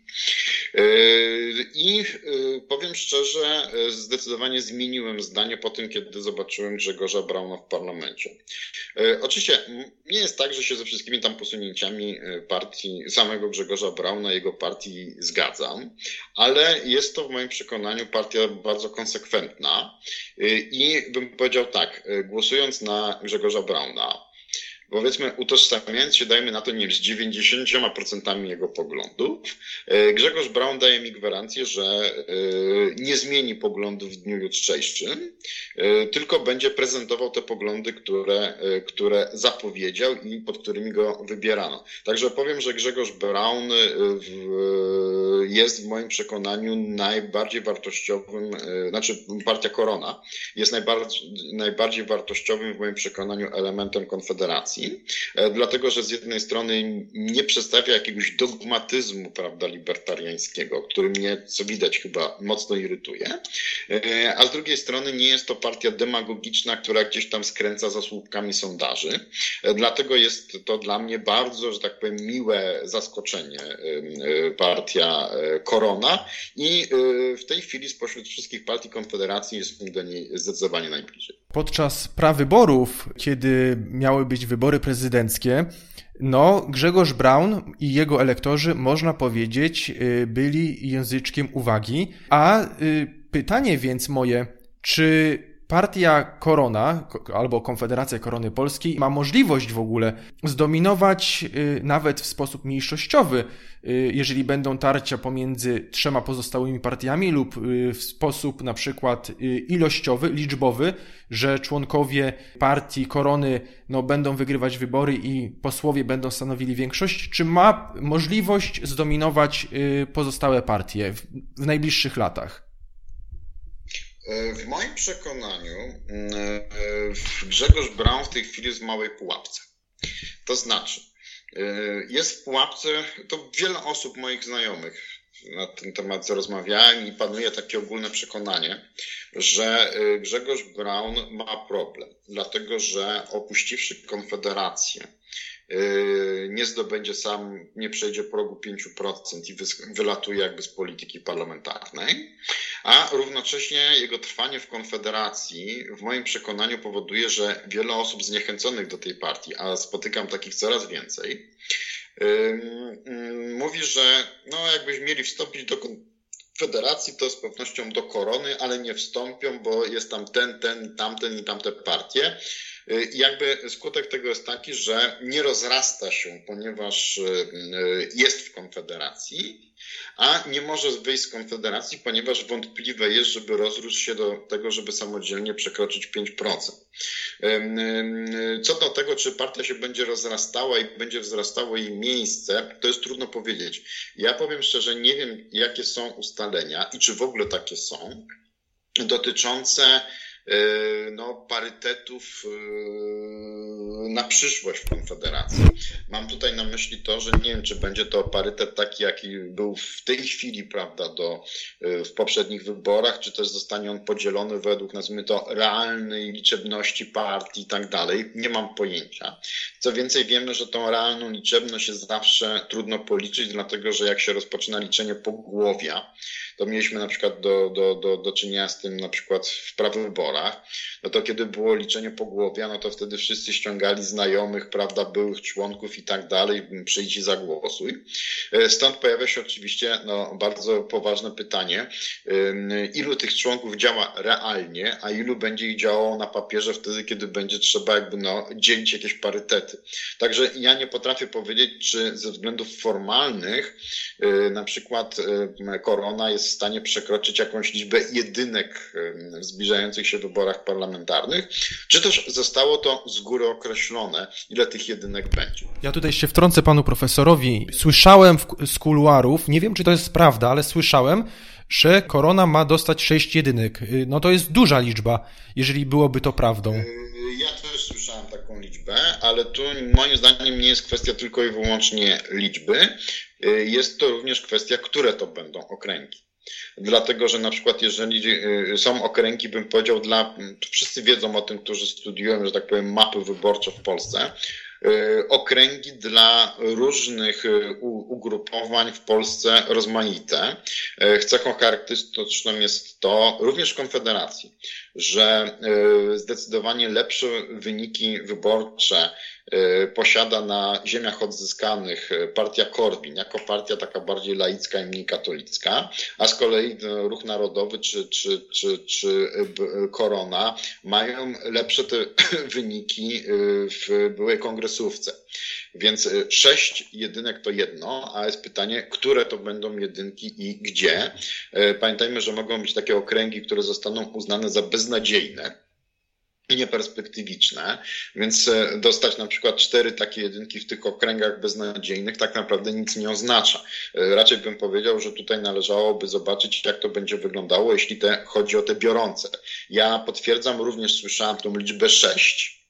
I powiem szczerze, zdecydowanie zmieniłem zdanie po tym, kiedy zobaczyłem Grzegorza Brauna w parlamencie. Oczywiście nie jest tak, że się ze wszystkimi tam posunięciami partii, samego Grzegorza Brauna, jego partii zgadzam, ale jest to w moim przekonaniu partia bardzo konsekwentna i bym powiedział tak, głosując na Grzegorza Brauna, powiedzmy utożsamiając się, dajmy na to, nie wiem, z dziewięćdziesięcioma procentami jego poglądów, Grzegorz Braun daje mi gwarancję, że nie zmieni poglądów w dniu jutrzejszym, tylko będzie prezentował te poglądy, które, które zapowiedział i pod którymi go wybierano. Także powiem, że Grzegorz Braun jest w moim przekonaniu najbardziej wartościowym, znaczy partia Korona jest najbardziej, najbardziej wartościowym w moim przekonaniu elementem Konfederacji, dlatego że z jednej strony nie przedstawia jakiegoś dogmatyzmu, prawda, libertariańskiego, który mnie, co widać, chyba mocno irytuje, a z drugiej strony nie jest to partia demagogiczna, która gdzieś tam skręca za słupkami sondaży. Dlatego jest to dla mnie bardzo, że tak powiem, miłe zaskoczenie partia Korona i w tej chwili spośród wszystkich partii Konfederacji jest mi do niej zdecydowanie najbliżej. Podczas prawyborów, kiedy miały być wybory prezydenckie, no Grzegorz Braun i jego elektorzy, można powiedzieć, byli języczkiem uwagi. A pytanie więc moje, czy partia Korona albo Konfederacja Korony Polskiej ma możliwość w ogóle zdominować nawet w sposób mniejszościowy, jeżeli będą tarcia pomiędzy trzema pozostałymi partiami lub w sposób na przykład ilościowy, liczbowy, że członkowie partii Korony no, będą wygrywać wybory i posłowie będą stanowili większość, czy ma możliwość zdominować pozostałe partie w, w najbliższych latach? W moim przekonaniu Grzegorz Braun w tej chwili jest w małej pułapce. To znaczy, jest w pułapce, to wiele osób moich znajomych na ten temat rozmawiałem i panuje takie ogólne przekonanie, że Grzegorz Braun ma problem, dlatego że opuściwszy Konfederację, nie zdobędzie sam, nie przejdzie progu pięć procent i wylatuje jakby z polityki parlamentarnej, a równocześnie jego trwanie w Konfederacji w moim przekonaniu powoduje, że wiele osób zniechęconych do tej partii, a spotykam takich coraz więcej, mówi, że no jakbyśmy mieli wstąpić do Konfederacji, to z pewnością do Korony, ale nie wstąpią, bo jest tam ten, ten, tamten i tamte partie. I jakby skutek tego jest taki, że nie rozrasta się, ponieważ jest w Konfederacji, a nie może wyjść z Konfederacji, ponieważ wątpliwe jest, żeby rozrósł się do tego, żeby samodzielnie przekroczyć pięć procent. Co do tego, czy partia się będzie rozrastała i będzie wzrastało jej miejsce, to jest trudno powiedzieć. Ja powiem szczerze, nie wiem, jakie są ustalenia i czy w ogóle takie są, dotyczące no, parytetów na przyszłość w Konfederacji. Mam tutaj na myśli to, że nie wiem, czy będzie to parytet taki, jaki był w tej chwili, prawda, do, w poprzednich wyborach, czy też zostanie on podzielony według, nazwijmy to, realnej liczebności partii i tak dalej. Nie mam pojęcia. Co więcej, wiemy, że tą realną liczebność jest zawsze trudno policzyć, dlatego że jak się rozpoczyna liczenie pogłowia, to mieliśmy na przykład do, do, do, do czynienia z tym na przykład w prawyborach, no to kiedy było liczenie pogłowia, no to wtedy wszyscy ściągali znajomych, prawda, byłych członków i tak dalej, przyjdź i zagłosuj. Stąd pojawia się oczywiście no, bardzo poważne pytanie, ilu tych członków działa realnie, a ilu będzie ich działało na papierze wtedy, kiedy będzie trzeba jakby no, dzielić jakieś parytety. Także ja nie potrafię powiedzieć, czy ze względów formalnych na przykład Korona jest w stanie przekroczyć jakąś liczbę jedynek w zbliżających się wyborach parlamentarnych, czy też zostało to z góry określone, ile tych jedynek będzie. Ja tutaj się wtrącę panu profesorowi. Słyszałem w, z kuluarów, nie wiem, czy to jest prawda, ale słyszałem, że Korona ma dostać sześć jedynek. No to jest duża liczba, jeżeli byłoby to prawdą. Ja też słyszałem taką liczbę, ale tu moim zdaniem nie jest kwestia tylko i wyłącznie liczby. Jest to również kwestia, które to będą okręgi. Dlatego, że na przykład jeżeli są okręgi, bym powiedział, dla, wszyscy wiedzą o tym, którzy studiują, że tak powiem, mapy wyborcze w Polsce, okręgi dla różnych ugrupowań w Polsce rozmaite. Cechą charakterystyczną jest to również w Konfederacji, że zdecydowanie lepsze wyniki wyborcze posiada na ziemiach odzyskanych partia Korwin, jako partia taka bardziej laicka i mniej katolicka, a z kolei Ruch Narodowy czy, czy, czy, czy Korona mają lepsze te wyniki w byłej kongresówce. Więc sześć jedynek to jedno, a jest pytanie, które to będą jedynki i gdzie. Pamiętajmy, że mogą być takie okręgi, które zostaną uznane za beznadziejne i nieperspektywiczne, więc dostać na przykład cztery takie jedynki w tych okręgach beznadziejnych tak naprawdę nic nie oznacza. Raczej bym powiedział, że tutaj należałoby zobaczyć, jak to będzie wyglądało, jeśli te, chodzi o te biorące. Ja potwierdzam, również słyszałem tą liczbę sześć,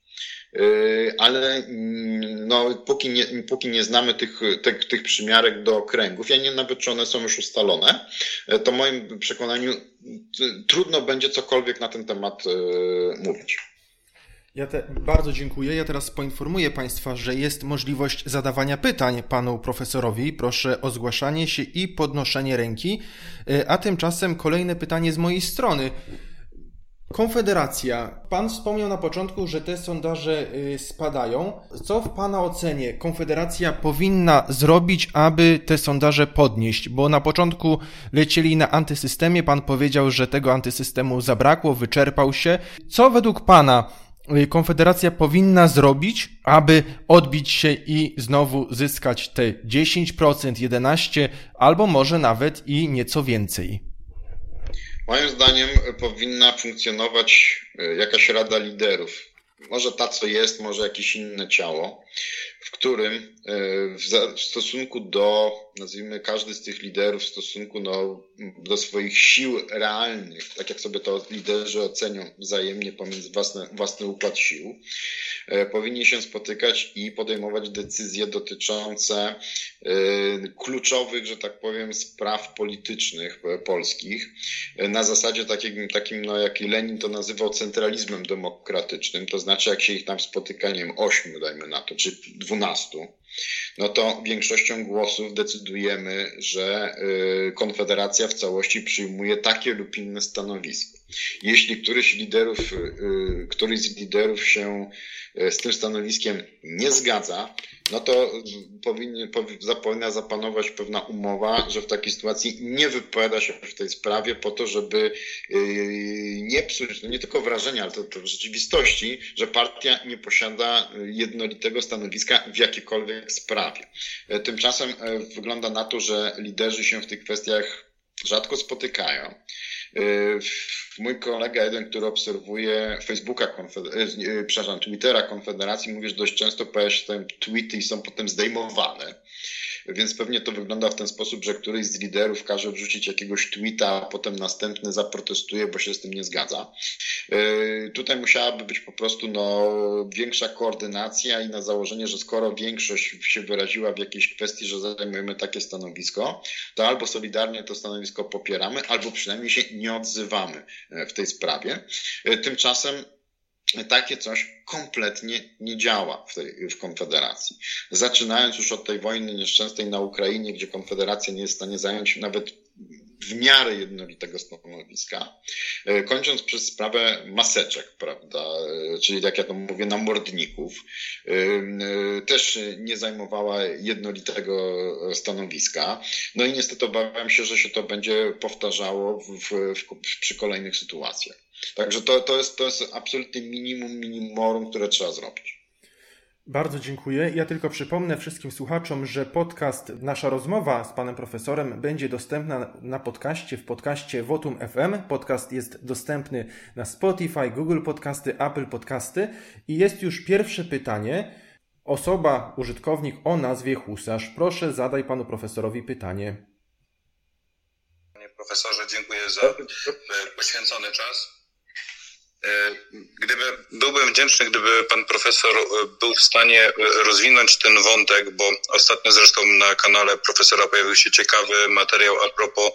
ale no, póki, nie, póki nie znamy tych, tych, tych przymiarek do okręgów, ja nie wiem nawet, czy one są już ustalone, to w moim przekonaniu trudno będzie cokolwiek na ten temat mówić. Ja te, bardzo dziękuję. Ja teraz poinformuję Państwa, że jest możliwość zadawania pytań panu profesorowi. Proszę o zgłaszanie się i podnoszenie ręki. A tymczasem kolejne pytanie z mojej strony. Konfederacja. Pan wspomniał na początku, że te sondaże spadają. Co w Pana ocenie Konfederacja powinna zrobić, aby te sondaże podnieść? Bo na początku lecieli na antysystemie. Pan powiedział, że tego antysystemu zabrakło, wyczerpał się. Co według Pana Konfederacja powinna zrobić, aby odbić się i znowu zyskać te dziesięć procent, jedenaście procent albo może nawet i nieco więcej? Moim zdaniem powinna funkcjonować jakaś rada liderów. Może ta, co jest, może jakieś inne ciało, w którym w stosunku do, nazwijmy, każdy z tych liderów w stosunku no, do swoich sił realnych, tak jak sobie to liderzy ocenią wzajemnie pomiędzy własny, własny układ sił, powinni się spotykać i podejmować decyzje dotyczące kluczowych, że tak powiem, spraw politycznych polskich na zasadzie takim, takim no, jak Lenin to nazywał centralizmem demokratycznym, to znaczy jak się ich tam spotyka, nie wiem, ośmiu dajmy na to, czy dwunastu, no to większością głosów decydujemy, że Konfederacja w całości przyjmuje takie lub inne stanowisko. Jeśli któryś liderów, któryś z liderów się z tym stanowiskiem nie zgadza, no to powinien, powinna zapanować pewna umowa, że w takiej sytuacji nie wypowiada się w tej sprawie po to, żeby nie psuć, no nie tylko wrażenia, ale to, to w rzeczywistości, że partia nie posiada jednolitego stanowiska w jakiejkolwiek sprawie. Tymczasem wygląda na to, że liderzy się w tych kwestiach rzadko spotykają. Mój kolega jeden, który obserwuje Facebooka, Konfederacji, przepraszam, Twittera Konfederacji, mówi, że dość często pojawia się tam tweety i są potem zdejmowane. Więc pewnie to wygląda w ten sposób, że któryś z liderów każe wrzucić jakiegoś tweeta, a potem następny zaprotestuje, bo się z tym nie zgadza. Yy, tutaj musiałaby być po prostu no, większa koordynacja i na założenie, że skoro większość się wyraziła w jakiejś kwestii, że zajmujemy takie stanowisko, to albo solidarnie to stanowisko popieramy, albo przynajmniej się nie odzywamy w tej sprawie. Yy, tymczasem takie coś kompletnie nie działa w, tej, w Konfederacji. Zaczynając już od tej wojny nieszczęsnej na Ukrainie, gdzie Konfederacja nie jest w stanie zająć nawet w miarę jednolitego stanowiska, kończąc przez sprawę maseczek, prawda, czyli jak ja to mówię, namordników, też nie zajmowała jednolitego stanowiska. No i niestety obawiam się, że się to będzie powtarzało w, w, w, przy kolejnych sytuacjach. Także to, to, jest, to jest absolutnie minimum, minimorum, które trzeba zrobić. Bardzo dziękuję. Ja tylko przypomnę wszystkim słuchaczom, że podcast, nasza rozmowa z panem profesorem będzie dostępna na podcaście, w podcaście Votum F M. Podcast jest dostępny na Spotify, Google Podcasty, Apple Podcasty i jest już pierwsze pytanie. Osoba, użytkownik o nazwie Husarz. Proszę, zadaj panu profesorowi pytanie. Panie profesorze, dziękuję za poświęcony czas. Gdyby, byłbym wdzięczny, gdyby pan profesor był w stanie rozwinąć ten wątek, bo ostatnio zresztą na kanale profesora pojawił się ciekawy materiał a propos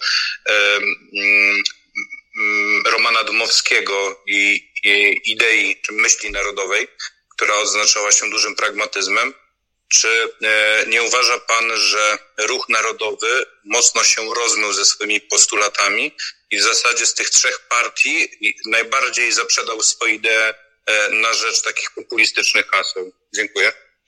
um, um, Romana Dmowskiego i, i idei czy myśli narodowej, która odznaczała się dużym pragmatyzmem. Czy e, nie uważa pan, że ruch narodowy mocno się rozmył ze swoimi postulatami i w zasadzie z tych trzech partii najbardziej zaprzedał swoje idee e, na rzecz takich populistycznych haseł? Dziękuję.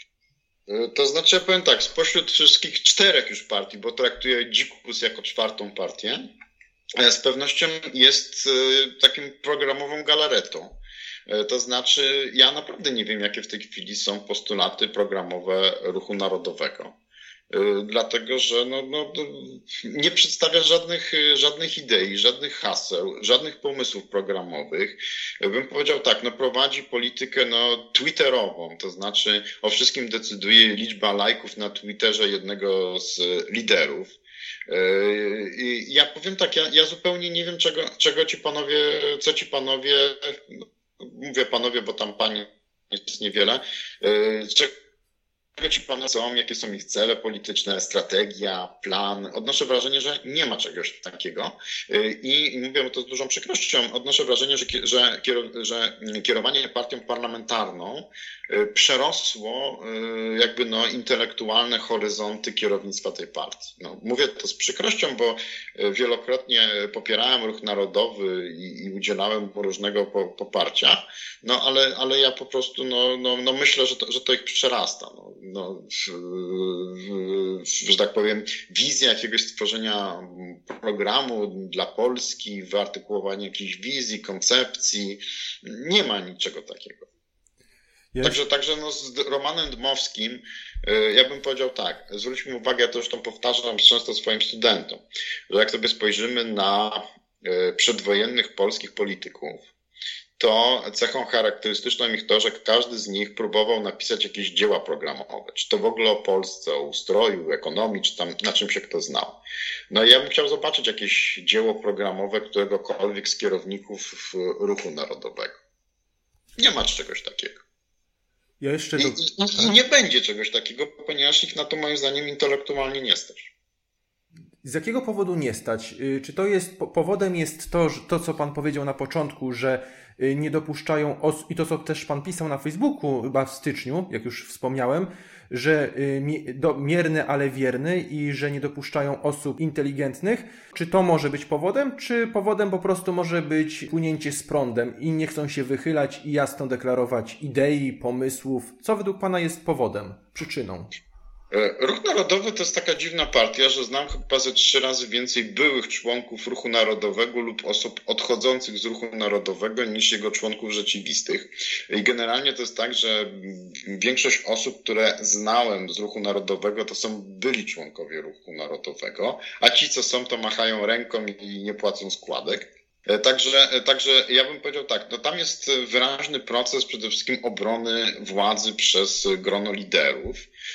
To znaczy, ja powiem tak, spośród wszystkich czterech już partii, bo traktuję Dzikus jako czwartą partię, z pewnością jest takim programową galaretą. To znaczy, ja naprawdę nie wiem, jakie w tej chwili są postulaty programowe Ruchu Narodowego. Dlatego, że no, no, nie przedstawia żadnych, żadnych idei, żadnych haseł, żadnych pomysłów programowych. Bym powiedział tak, no prowadzi politykę no, twitterową, to znaczy o wszystkim decyduje liczba lajków na Twitterze jednego z liderów. I ja powiem tak, ja, ja zupełnie nie wiem, czego, czego ci panowie, co ci panowie, mówię panowie, bo tam pani jest niewiele, czego Czego ci panowie są, jakie są ich cele polityczne, strategia, plan. Odnoszę wrażenie, że nie ma czegoś takiego i mówię to z dużą przykrością. Odnoszę wrażenie, że, że, że kierowanie partią parlamentarną przerosło jakby no intelektualne horyzonty kierownictwa tej partii. No, mówię to z przykrością, bo wielokrotnie popierałem Ruch Narodowy i, i udzielałem mu różnego poparcia, no ale, ale ja po prostu no, no, no myślę, że to, że to ich przerasta. No. No, że tak powiem, wizja jakiegoś stworzenia programu dla Polski, wyartykułowanie jakiejś wizji, koncepcji, nie ma niczego takiego. Jest. Także, także no z Romanem Dmowskim ja bym powiedział tak, zwróćmy uwagę, ja to zresztą powtarzam często swoim studentom, że jak sobie spojrzymy na przedwojennych polskich polityków, to cechą charakterystyczną ich to, że każdy z nich próbował napisać jakieś dzieła programowe, czy to w ogóle o Polsce, o ustroju, ekonomii, czy tam na czym się kto znał. No i ja bym chciał zobaczyć jakieś dzieło programowe któregokolwiek z kierowników Ruchu Narodowego. Nie ma czegoś takiego. Ja jeszcze do... I, i, I nie będzie czegoś takiego, ponieważ ich na to moim zdaniem intelektualnie nie stać. Z jakiego powodu nie stać? Czy to jest, powodem jest to, że to co pan powiedział na początku, że nie dopuszczają osób, i to co też pan pisał na Facebooku chyba w styczniu, jak już wspomniałem, że mierny, ale wierny i że nie dopuszczają osób inteligentnych. Czy to może być powodem, czy powodem po prostu może być płynięcie z prądem i nie chcą się wychylać i jasno deklarować idei, pomysłów? Co według pana jest powodem, przyczyną? Ruch Narodowy to jest taka dziwna partia, że znam chyba ze trzy razy więcej byłych członków Ruchu Narodowego lub osób odchodzących z Ruchu Narodowego niż jego członków rzeczywistych. I generalnie to jest tak, że większość osób, które znałem z Ruchu Narodowego, to są byli członkowie Ruchu Narodowego, a ci, co są, to machają ręką i nie płacą składek. Także, także ja bym powiedział tak, no tam jest wyraźny proces przede wszystkim obrony władzy przez grono liderów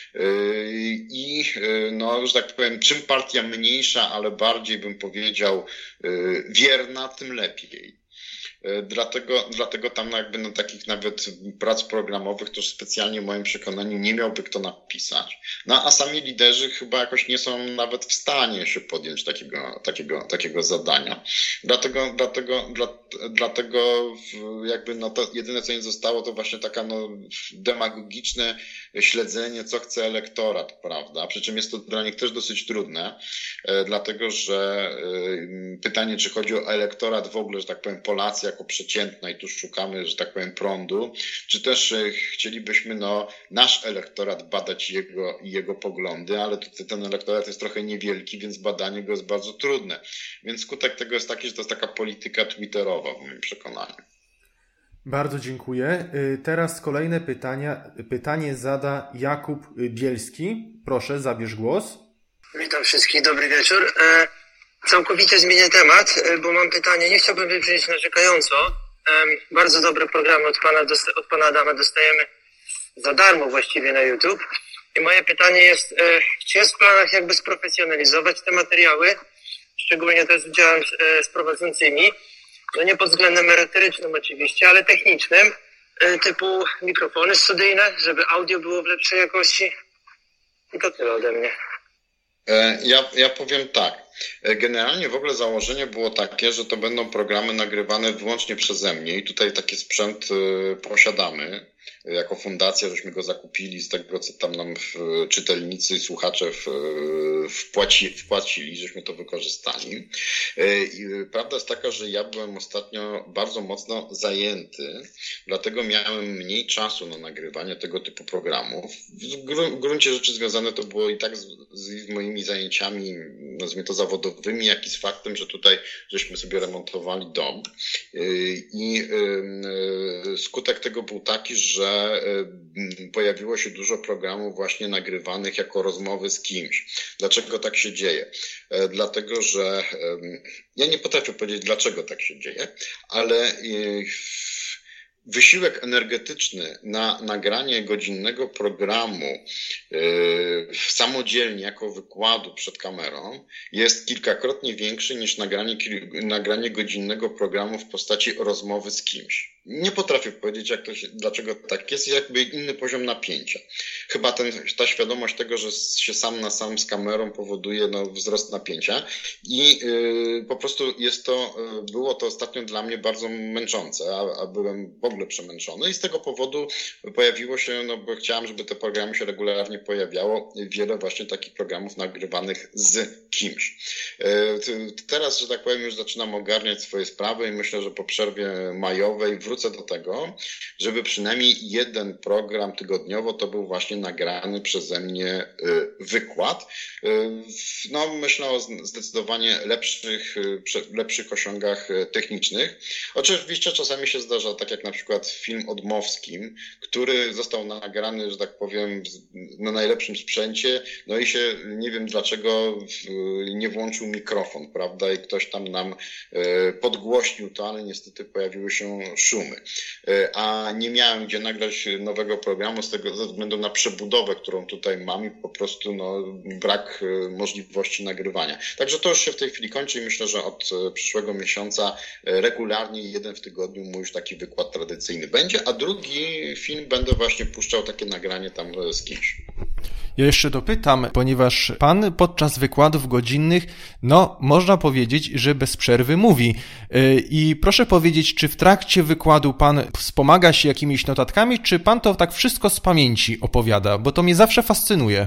i no, że tak powiem, czym partia mniejsza, ale bardziej bym powiedział wierna, tym lepiej. Dlatego, dlatego tam jakby na takich nawet prac programowych to specjalnie w moim przekonaniu nie miałby kto napisać. No a sami liderzy chyba jakoś nie są nawet w stanie się podjąć takiego, takiego, takiego zadania. Dlatego, dlatego, dla, dlatego jakby no to jedyne co im zostało to właśnie taka no demagogiczne śledzenie, co chce elektorat, prawda? Przy czym jest to dla nich też dosyć trudne, dlatego że pytanie, czy chodzi o elektorat w ogóle, że tak powiem Polacy jako przeciętna i tu szukamy, że tak powiem, prądu, czy też chcielibyśmy no, nasz elektorat badać jego i jego poglądy, ale tutaj ten elektorat jest trochę niewielki, więc badanie go jest bardzo trudne. Więc skutek tego jest taki, że to jest taka polityka twitterowa w moim przekonaniu. Bardzo dziękuję. Teraz kolejne pytania. Pytanie zada Jakub Bielski. Proszę, zabierz głos. Witam wszystkich, dobry wieczór. Całkowicie zmienię temat, bo mam pytanie, nie chciałbym wybrzmieć narzekająco. Bardzo dobre programy od pana, od pana Adama dostajemy za darmo właściwie na YouTube. I moje pytanie jest, czy jest w planach jakby sprofesjonalizować te materiały, szczególnie też z udziałem z prowadzącymi, no nie pod względem merytorycznym oczywiście, ale technicznym, typu mikrofony studyjne, żeby audio było w lepszej jakości. I to tyle ode mnie. Ja, ja powiem tak. Generalnie w ogóle założenie było takie, że to będą programy nagrywane wyłącznie przeze mnie i tutaj taki sprzęt posiadamy. jako fundacja, żeśmy go zakupili z tego, co tam nam czytelnicy, słuchacze wpłaci, wpłacili, żeśmy to wykorzystali. I prawda jest taka, że ja byłem ostatnio bardzo mocno zajęty, dlatego miałem mniej czasu na nagrywanie tego typu programów. W gruncie rzeczy związane to było i tak z, z moimi zajęciami, nazwijmy to zawodowymi, jak i z faktem, że tutaj żeśmy sobie remontowali dom. I skutek tego był taki, że pojawiło się dużo programów właśnie nagrywanych jako rozmowy z kimś. Dlaczego tak się dzieje? Dlatego, że ja nie potrafię powiedzieć, dlaczego tak się dzieje, ale wysiłek energetyczny na nagranie godzinnego programu yy, samodzielnie jako wykładu przed kamerą jest kilkakrotnie większy niż nagranie, nagranie godzinnego programu w postaci rozmowy z kimś. Nie potrafię powiedzieć, jak to się, dlaczego tak jest, jakby inny poziom napięcia. Chyba ten, ta świadomość tego, że się sam na sam z kamerą powoduje no, wzrost napięcia i yy, po prostu jest to, yy, było to ostatnio dla mnie bardzo męczące, a, a byłem w ogóle przemęczony i z tego powodu pojawiło się, no bo chciałem, żeby te programy się regularnie pojawiało, wiele właśnie takich programów nagrywanych z kimś. Yy, teraz, że tak powiem, już zaczynam ogarniać swoje sprawy i myślę, że po przerwie majowej wrócę do tego, żeby przynajmniej jeden program tygodniowo to był właśnie nagrany przeze mnie wykład. No, myślę o zdecydowanie lepszych, lepszych osiągach technicznych. Oczywiście czasami się zdarza, tak jak na przykład film o Dmowskim, który został nagrany, że tak powiem, na najlepszym sprzęcie, no i się nie wiem dlaczego nie włączył mikrofon, prawda, i ktoś tam nam podgłośnił to, ale niestety pojawiły się szumy. A nie miałem gdzie nagrać nowego programu z tego ze względu na przebudowę, którą tutaj mam i po prostu no, brak możliwości nagrywania. Także to już się w tej chwili kończy i myślę, że od przyszłego miesiąca regularnie jeden w tygodniu mój już taki wykład tradycyjny będzie, a drugi film będę właśnie puszczał takie nagranie tam z kimś. Ja jeszcze dopytam, ponieważ pan podczas wykładów godzinnych, no można powiedzieć, że bez przerwy mówi. I proszę powiedzieć, czy w trakcie wykładu pan wspomaga się jakimiś notatkami, czy pan to tak wszystko z pamięci opowiada? Bo to mnie zawsze fascynuje.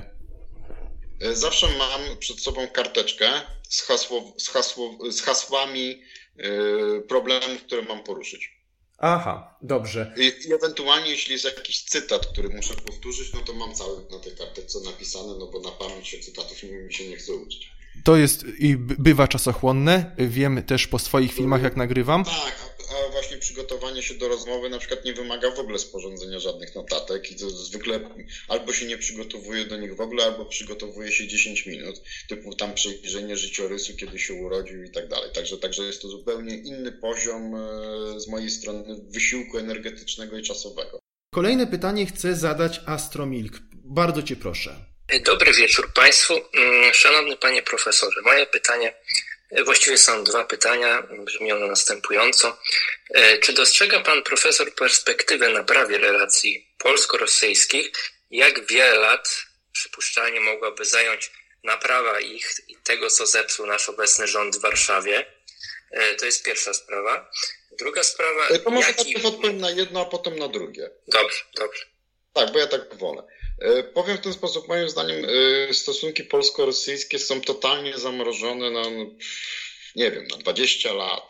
Zawsze mam przed sobą karteczkę z, hasło, z, hasło, z hasłami problemów, które mam poruszyć. Aha, dobrze. I, I ewentualnie, jeśli jest jakiś cytat, który muszę powtórzyć, no to mam cały na tej karteczce napisane, no bo na pamięć się cytatów mi się nie chce uczyć. To jest i bywa czasochłonne, wiem też po swoich filmach, jak nagrywam. Tak, a, a właśnie przygotowanie się do rozmowy na przykład nie wymaga w ogóle sporządzenia żadnych notatek i to zwykle albo się nie przygotowuje do nich w ogóle, albo przygotowuje się dziesięć minut, typu tam przejrzenie życiorysu, kiedy się urodził i tak dalej. Także, także jest to zupełnie inny poziom z mojej strony wysiłku energetycznego i czasowego. Kolejne pytanie chcę zadać Astromilk. Bardzo cię proszę. Dobry wieczór Państwu. Szanowny Panie Profesorze, moje pytanie, właściwie są dwa pytania, brzmią one następująco. Czy dostrzega Pan Profesor perspektywę naprawy relacji polsko-rosyjskich? Jak wiele lat przypuszczalnie mogłaby zająć naprawa ich i tego, co zepsuł nasz obecny rząd w Warszawie? To jest pierwsza sprawa. Druga sprawa... To może jaki... najpierw odpowiem na jedno, a potem na drugie. Dobrze, dobrze. Tak, bo ja tak wolę. Powiem w ten sposób, moim zdaniem stosunki polsko-rosyjskie są totalnie zamrożone na, nie wiem, na dwadzieścia lat.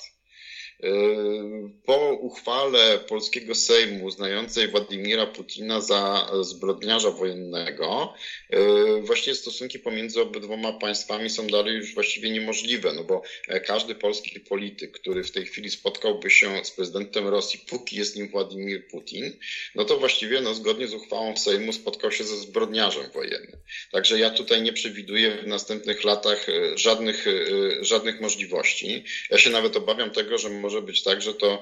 Po uchwale polskiego Sejmu uznającej Władimira Putina za zbrodniarza wojennego, właśnie stosunki pomiędzy obydwoma państwami są dalej już właściwie niemożliwe, no bo każdy polski polityk, który w tej chwili spotkałby się z prezydentem Rosji, póki jest nim Władimir Putin, no to właściwie no, zgodnie z uchwałą Sejmu spotkał się ze zbrodniarzem wojennym. Także ja tutaj nie przewiduję w następnych latach żadnych, żadnych możliwości. Ja się nawet obawiam tego, że może być tak, że to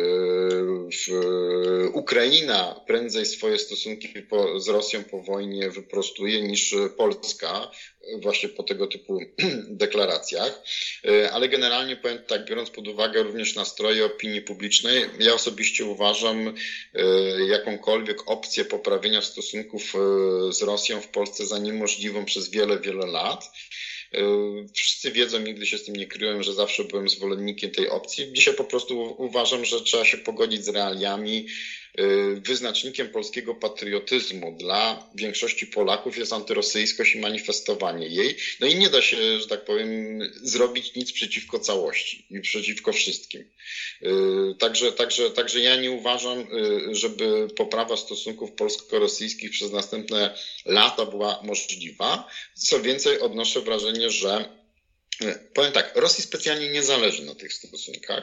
Ukraina prędzej swoje stosunki po, z Rosją po wojnie wyprostuje niż Polska, właśnie po tego typu deklaracjach. Ale generalnie powiem tak, biorąc pod uwagę również nastroje opinii publicznej, ja osobiście uważam jakąkolwiek opcję poprawienia stosunków z Rosją w Polsce za niemożliwą przez wiele, wiele lat. Wszyscy wiedzą, nigdy się z tym nie kryłem, że zawsze byłem zwolennikiem tej opcji. Dzisiaj po prostu uważam, że trzeba się pogodzić z realiami wyznacznikiem polskiego patriotyzmu dla większości Polaków jest antyrosyjskość i manifestowanie jej. No i nie da się, że tak powiem, zrobić nic przeciwko całości i przeciwko wszystkim. Także, także, także ja nie uważam, żeby poprawa stosunków polsko-rosyjskich przez następne lata była możliwa. Co więcej, odnoszę wrażenie, że powiem tak, Rosji specjalnie nie zależy na tych stosunkach.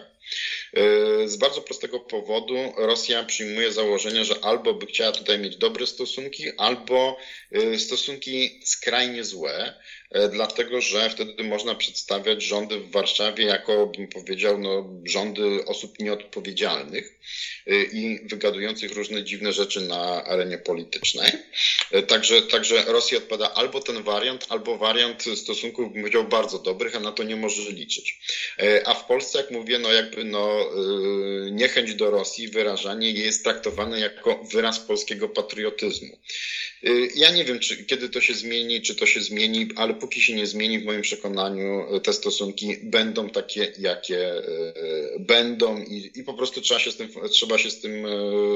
Z bardzo prostego powodu Rosja przyjmuje założenie, że albo by chciała tutaj mieć dobre stosunki, albo stosunki skrajnie złe, dlatego że wtedy można przedstawiać rządy w Warszawie jako, bym powiedział, no, rządy osób nieodpowiedzialnych i wygadujących różne dziwne rzeczy na arenie politycznej. Także, także Rosji odpada albo ten wariant, albo wariant stosunków, bym powiedział, bardzo dobrych, a na to nie może liczyć. A w Polsce, jak mówię, no jakby no, niechęć do Rosji, wyrażanie jest traktowane jako wyraz polskiego patriotyzmu. Ja nie wiem, czy, kiedy to się zmieni, czy to się zmieni, ale póki się nie zmieni, w moim przekonaniu te stosunki będą takie, jakie będą i, i po prostu trzeba się z tym, trzeba się z tym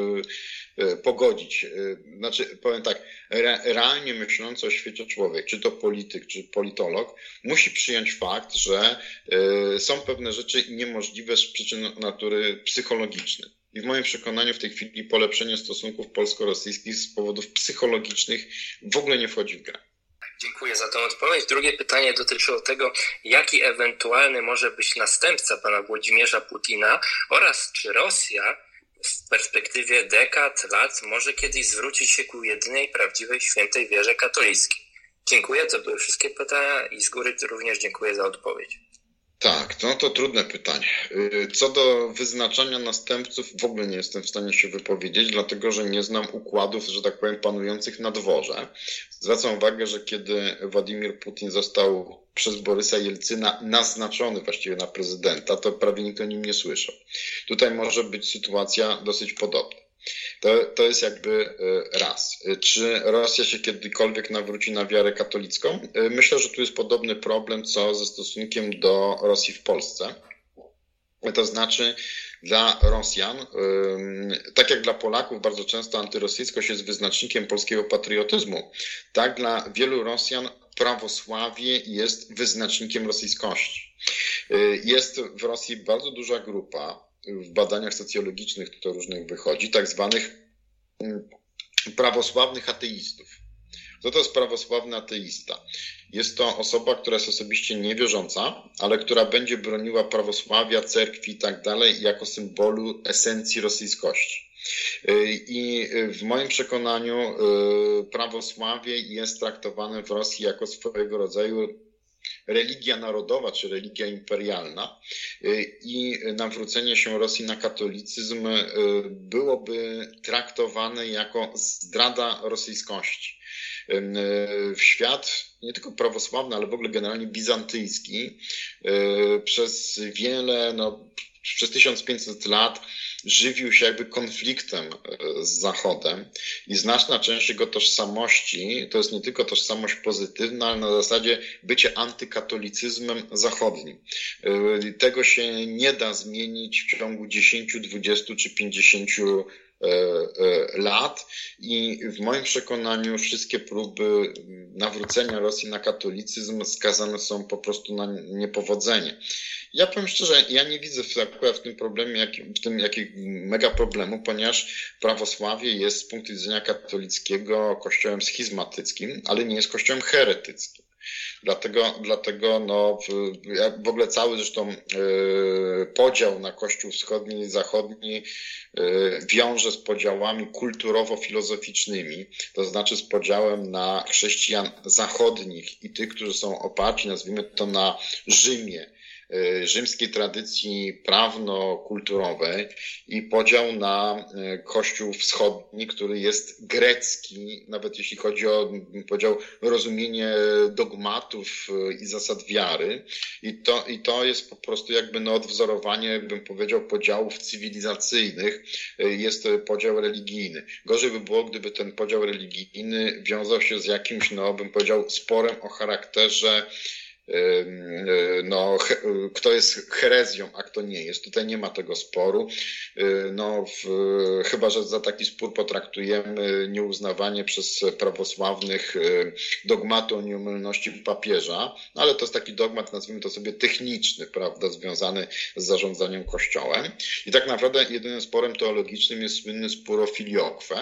pogodzić. Znaczy, powiem tak, re, realnie myślący o świecie człowiek, czy to polityk, czy politolog, musi przyjąć fakt, że są pewne rzeczy niemożliwe z przyczyn natury psychologicznej. I w moim przekonaniu w tej chwili polepszenie stosunków polsko-rosyjskich z powodów psychologicznych w ogóle nie wchodzi w grę. Dziękuję za tę odpowiedź. Drugie pytanie dotyczyło tego, jaki ewentualny może być następca pana Włodzimierza Putina oraz czy Rosja w perspektywie dekad, lat może kiedyś zwrócić się ku jedynej prawdziwej świętej wierze katolickiej. Dziękuję, to były wszystkie pytania i z góry również dziękuję za odpowiedź. Tak, no to trudne pytanie. Co do wyznaczania następców w ogóle nie jestem w stanie się wypowiedzieć, dlatego że nie znam układów, że tak powiem, panujących na dworze. Zwracam uwagę, że kiedy Władimir Putin został przez Borysa Jelcyna naznaczony właściwie na prezydenta, to prawie nikt o nim nie słyszał. Tutaj może być sytuacja dosyć podobna. To, to jest jakby raz. Czy Rosja się kiedykolwiek nawróci na wiarę katolicką? Myślę, że tu jest podobny problem, co ze stosunkiem do Rosji w Polsce. To znaczy dla Rosjan, tak jak dla Polaków bardzo często antyrosyjskość jest wyznacznikiem polskiego patriotyzmu, tak dla wielu Rosjan prawosławie jest wyznacznikiem rosyjskości. Jest w Rosji bardzo duża grupa, w badaniach socjologicznych to różnych wychodzi, tak zwanych prawosławnych ateistów. Co to jest prawosławny ateista? Jest to osoba, która jest osobiście niewierząca, ale która będzie broniła prawosławia, cerkwi i tak dalej jako symbolu esencji rosyjskości. I w moim przekonaniu prawosławie jest traktowane w Rosji jako swojego rodzaju religia narodowa czy religia imperialna i nawrócenie się Rosji na katolicyzm byłoby traktowane jako zdrada rosyjskości. W świat nie tylko prawosławny, ale w ogóle generalnie bizantyjski przez wiele, no, przez tysiąc pięćset lat żywił się jakby konfliktem z Zachodem i znaczna część jego tożsamości to jest nie tylko tożsamość pozytywna, ale na zasadzie bycie antykatolicyzmem zachodnim. Tego się nie da zmienić w ciągu dziesięciu, dwudziestu czy pięćdziesięciu lat i w moim przekonaniu wszystkie próby nawrócenia Rosji na katolicyzm skazane są po prostu na niepowodzenie. Ja powiem szczerze, ja nie widzę w, akurat w tym problemie, jak, w tym jakiego mega problemu, ponieważ prawosławie jest z punktu widzenia katolickiego kościołem schizmatyckim, ale nie jest kościołem heretyckim. Dlatego, dlatego no, w, w ogóle cały zresztą yy, podział na Kościół wschodni i zachodni yy, wiąże z podziałami kulturowo-filozoficznymi, to znaczy z podziałem na chrześcijan zachodnich i tych, którzy są oparci, nazwijmy to, na Rzymie, rzymskiej tradycji prawno-kulturowej i podział na Kościół wschodni, który jest grecki, nawet jeśli chodzi o podział rozumienie dogmatów i zasad wiary. I to, i to jest po prostu jakby no odwzorowanie, bym powiedział, podziałów cywilizacyjnych. Jest podział religijny. Gorzej by było, gdyby ten podział religijny wiązał się z jakimś, no bym powiedział, sporem o charakterze no, kto jest herezją, a kto nie jest. Tutaj nie ma tego sporu. No, w, chyba że za taki spór potraktujemy nieuznawanie przez prawosławnych dogmatu o nieomylności papieża, no, ale to jest taki dogmat, nazwijmy to sobie techniczny, prawda, związany z zarządzaniem Kościołem. I tak naprawdę jedynym sporem teologicznym jest słynny spór o filiokwę,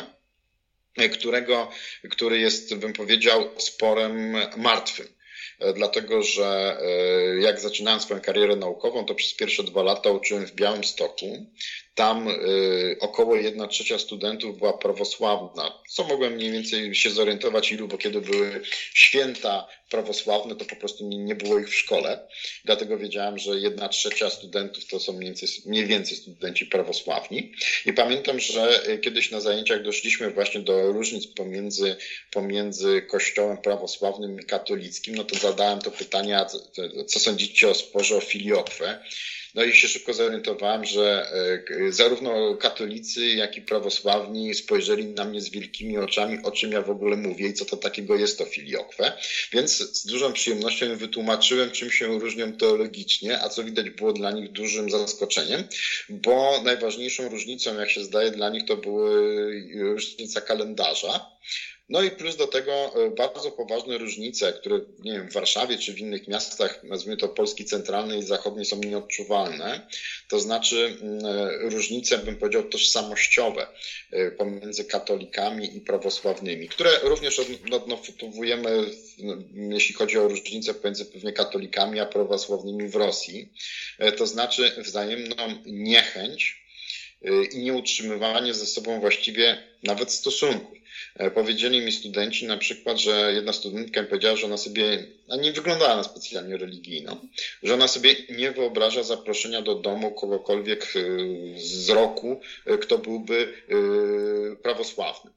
którego, który jest, bym powiedział, sporem martwym. Dlatego, że jak zaczynałem swoją karierę naukową, to przez pierwsze dwa lata uczyłem w Białymstoku. Tam około jedna trzecia studentów była prawosławna. Co mogłem mniej więcej się zorientować ilu, bo kiedy były święta prawosławne, to po prostu nie, nie było ich w szkole. Dlatego wiedziałem, że jedna trzecia studentów to są mniej więcej, mniej więcej studenci prawosławni. I pamiętam, że kiedyś na zajęciach doszliśmy właśnie do różnic pomiędzy, pomiędzy kościołem prawosławnym i katolickim. No to zadałem to pytanie, co sądzicie o sporze o filiokwę? No i się szybko zorientowałem, że zarówno katolicy, jak i prawosławni spojrzeli na mnie z wielkimi oczami, o czym ja w ogóle mówię i co to takiego jest to filiokwę. Więc z dużą przyjemnością im wytłumaczyłem, czym się różnią teologicznie, a co widać było dla nich dużym zaskoczeniem, bo najważniejszą różnicą, jak się zdaje, dla nich to była różnica kalendarza. No i plus do tego bardzo poważne różnice, które nie wiem, w Warszawie czy w innych miastach, nazwijmy to Polski centralnej i zachodniej, są nieodczuwalne. To znaczy różnice, bym powiedział, tożsamościowe pomiędzy katolikami i prawosławnymi, które również odnotowujemy, jeśli chodzi o różnice pomiędzy pewnie katolikami a prawosławnymi w Rosji. To znaczy wzajemną niechęć i nieutrzymywanie ze sobą właściwie nawet stosunków. Powiedzieli mi studenci na przykład, że jedna studentka mi powiedziała, że ona sobie, a nie wyglądała na specjalnie religijną, że ona sobie nie wyobraża zaproszenia do domu kogokolwiek z roku, kto byłby prawosławny.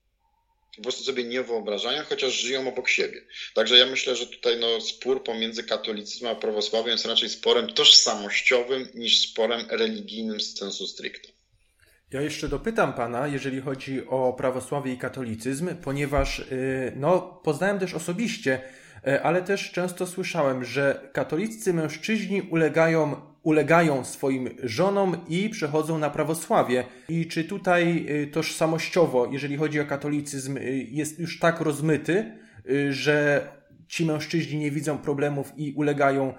Po prostu sobie nie wyobrażają, chociaż żyją obok siebie. Także ja myślę, że tutaj no, spór pomiędzy katolicyzmem a prawosławiem jest raczej sporem tożsamościowym niż sporem religijnym z sensu stricto. Ja jeszcze dopytam pana, jeżeli chodzi o prawosławie i katolicyzm, ponieważ no, poznałem też osobiście, ale też często słyszałem, że katoliccy mężczyźni ulegają, ulegają swoim żonom i przechodzą na prawosławie. I czy tutaj tożsamościowo, jeżeli chodzi o katolicyzm, jest już tak rozmyty, że ci mężczyźni nie widzą problemów i ulegają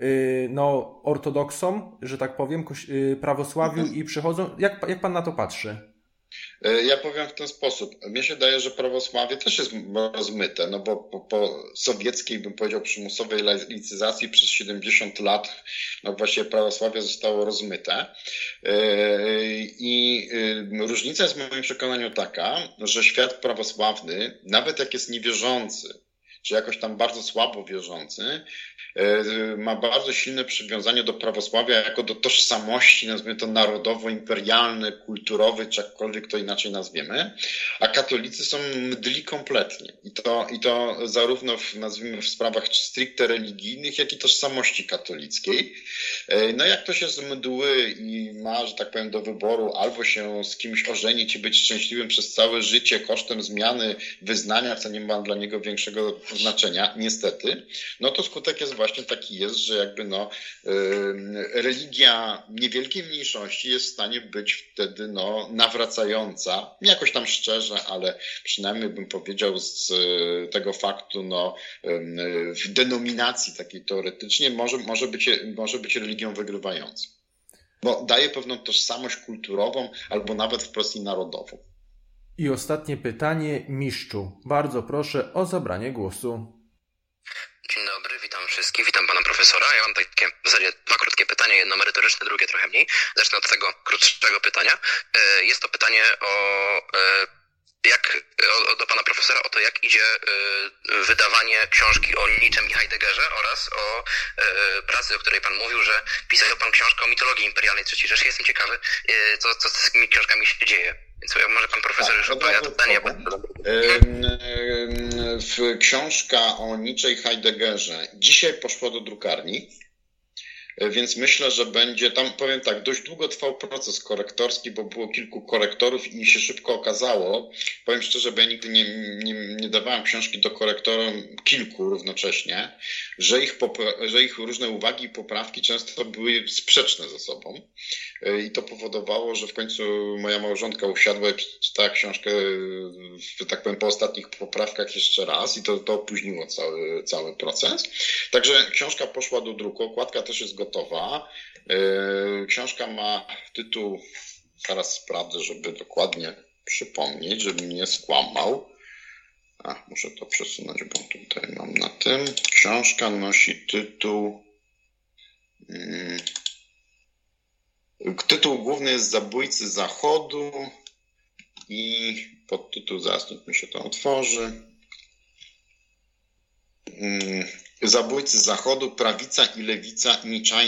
no, ortodoksom, że tak powiem, prawosławiu mhm. i przychodzą. Jak, jak pan na to patrzy? Ja powiem w ten sposób. Mnie się daje, że prawosławie też jest rozmyte, no bo po, po sowieckiej, bym powiedział, przymusowej laicyzacji przez siedemdziesiąt lat no właśnie prawosławie zostało rozmyte. I różnica jest w moim przekonaniu taka, że świat prawosławny, nawet jak jest niewierzący, czy jakoś tam bardzo słabo wierzący, ma bardzo silne przywiązanie do prawosławia jako do tożsamości, nazwijmy to narodowo-imperialny, kulturowy, czy jakkolwiek to inaczej nazwiemy, a katolicy są mdli kompletnie. I to, i to zarówno w, nazwijmy, w sprawach stricte religijnych, jak i tożsamości katolickiej. No jak ktoś jest mdły i ma, że tak powiem, do wyboru albo się z kimś ożenić i być szczęśliwym przez całe życie kosztem zmiany wyznania, co nie ma dla niego większego znaczenia, niestety, no to skutek jest właśnie taki jest, że jakby no religia niewielkiej mniejszości jest w stanie być wtedy no nawracająca, nie jakoś tam szczerze, ale przynajmniej bym powiedział z tego faktu no w denominacji takiej teoretycznie może, może być, może być religią wygrywającą. Bo daje pewną tożsamość kulturową albo nawet wprost i narodową. I ostatnie pytanie, Mistrzu. Bardzo proszę o zabranie głosu. Dzień dobry, witam wszystkich, witam pana profesora. Ja mam takie w zasadzie dwa krótkie pytania, jedno merytoryczne, drugie trochę mniej. Zacznę od tego krótszego pytania. Jest to pytanie o jak o, do pana profesora o to, jak idzie wydawanie książki o Nietzschem i Heideggerze oraz o pracy, o której pan mówił, że pisał pan książkę o mitologii imperialnej trzeciej Rzeszy. Jestem ciekawy, co, co z tymi książkami się dzieje. Więc może pan profesor już odpowie na to pytanie. Książka o Nietzsche i Heideggerze dzisiaj poszła do drukarni. Więc myślę, że będzie tam, powiem tak, dość długo trwał proces korektorski, bo było kilku korektorów i się szybko okazało, powiem szczerze, bo ja nigdy nie, nie, nie dawałem książki do korektora, kilku równocześnie, że ich, popra- że ich różne uwagi i poprawki często były sprzeczne ze sobą. I to powodowało, że w końcu moja małżonka usiadła i przeczytała książkę, że tak powiem, po ostatnich poprawkach jeszcze raz i to, to opóźniło cały, cały proces. Także książka poszła do druku, okładka też jest gotowa. Książka ma tytuł, zaraz sprawdzę, żeby dokładnie przypomnieć, żebym nie skłamał. A, muszę to przesunąć, bo tutaj mam na tym. Książka nosi tytuł... Hmm, Tytuł główny jest Zabójcy Zachodu i podtytuł, zaraz mi się to otworzy. Zabójcy Zachodu, prawica i lewica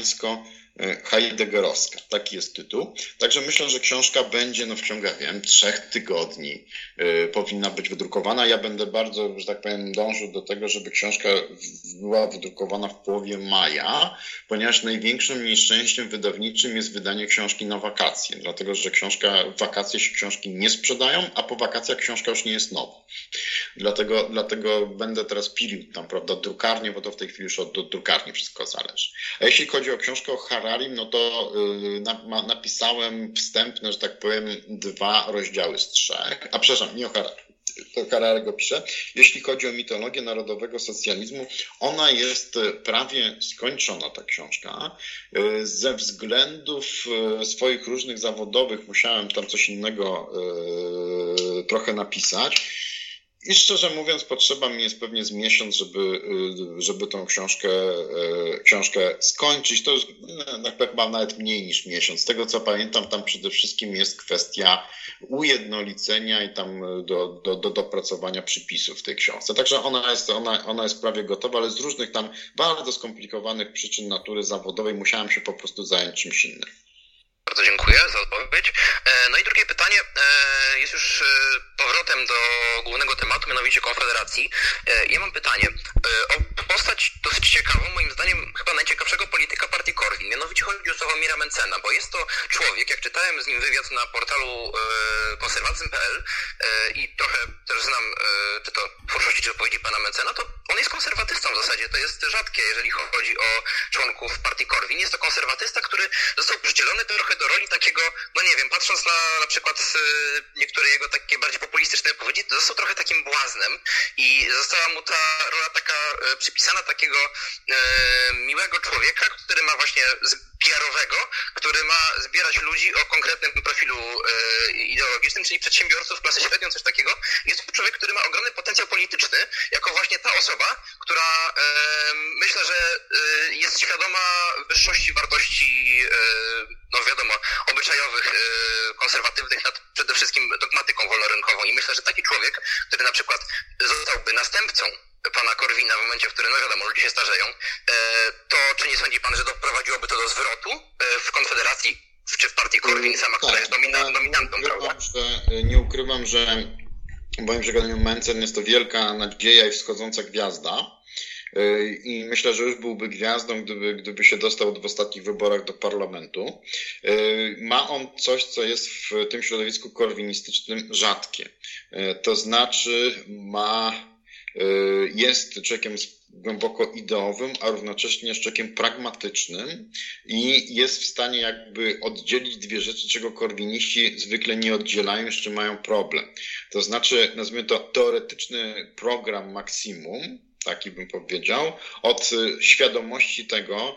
niczańsko-heideggerowska. Taki jest tytuł. Także myślę, że książka będzie no w ciągu, wiem, trzech tygodni yy, powinna być wydrukowana. Ja będę bardzo, że tak powiem, dążył do tego, żeby książka była wydrukowana w połowie maja, ponieważ największym nieszczęściem wydawniczym jest wydanie książki na wakacje. Dlatego, że książka, w wakacje się książki nie sprzedają, a po wakacjach książka już nie jest nowa. Dlatego, dlatego będę teraz pilił tam, prawda, drukarnię, bo to w tej chwili już od drukarni wszystko zależy. A jeśli chodzi o książkę o Hararim, no to yy, na, napisałem wstępne, że tak powiem, dwa rozdziały z trzech. A przepraszam, nie o Hararim, to Harariego piszę. Jeśli chodzi o mitologię narodowego socjalizmu, ona jest prawie skończona, ta książka. Yy, ze względów yy, swoich różnych zawodowych musiałem tam coś innego yy, trochę napisać. I szczerze mówiąc, potrzeba mi jest pewnie z miesiąc, żeby, żeby tą książkę, książkę skończyć. To już chyba nawet mniej niż miesiąc. Z tego co pamiętam, tam przede wszystkim jest kwestia ujednolicenia i tam do, do, do dopracowania przypisów w tej książce. Także ona jest, ona, ona jest prawie gotowa, ale z różnych tam bardzo skomplikowanych przyczyn natury zawodowej musiałem się po prostu zająć czymś innym. Bardzo dziękuję za odpowiedź. No i drugie pytanie jest już powrotem do głównego tematu, mianowicie Konfederacji. Ja mam pytanie o postać dosyć ciekawą, moim zdaniem chyba najciekawszego polityka partii Korwin. Mianowicie chodzi o Sławomira Mentzena, bo jest to człowiek, jak czytałem z nim wywiad na portalu konserwatyzm kropka p l i trochę też znam czy to twórczości czy odpowiedzi pana Mentzena, to on jest konserwatystą w zasadzie. To jest rzadkie, jeżeli chodzi o członków partii Korwin. Jest to konserwatysta, który został przydzielony trochę do roli takiego, no nie wiem, patrząc na na przykład niektóre jego takie bardziej populistyczne wypowiedzi, został trochę takim błaznem i została mu ta rola taka przypisana takiego e, miłego człowieka, który ma właśnie P R-owego, który ma zbierać ludzi o konkretnym profilu e, ideologicznym, czyli przedsiębiorców, klasę średnią, coś takiego. Jest to człowiek, który ma ogromny potencjał polityczny, jako właśnie ta osoba, która e, myślę, że e, jest świadoma wyższości wartości, e, no wiadomo, obyczajowych, e, konserwatywnych nad przede wszystkim dogmatyką wolnorynkową. I myślę, że taki człowiek, który na przykład zostałby następcą pana Korwina w momencie, w którym, no wiadomo, ludzie się starzeją, to czy nie sądzi pan, że doprowadziłoby to do zwrotu w Konfederacji czy w partii Korwin sama, która jest domina, dominantą, prawda? Że, nie ukrywam, że w moim przekonaniu Mentzen jest to wielka nadzieja i wschodząca gwiazda. I myślę, że już byłby gwiazdą, gdyby, gdyby się dostał w ostatnich wyborach do parlamentu. Ma on coś, co jest w tym środowisku korwinistycznym rzadkie. To znaczy ma, jest człowiekiem głęboko ideowym, a równocześnie jest człowiekiem pragmatycznym i jest w stanie jakby oddzielić dwie rzeczy, czego korwiniści zwykle nie oddzielają, jeszcze mają problem. To znaczy, nazwijmy to teoretyczny program maksimum, taki bym powiedział, od świadomości tego,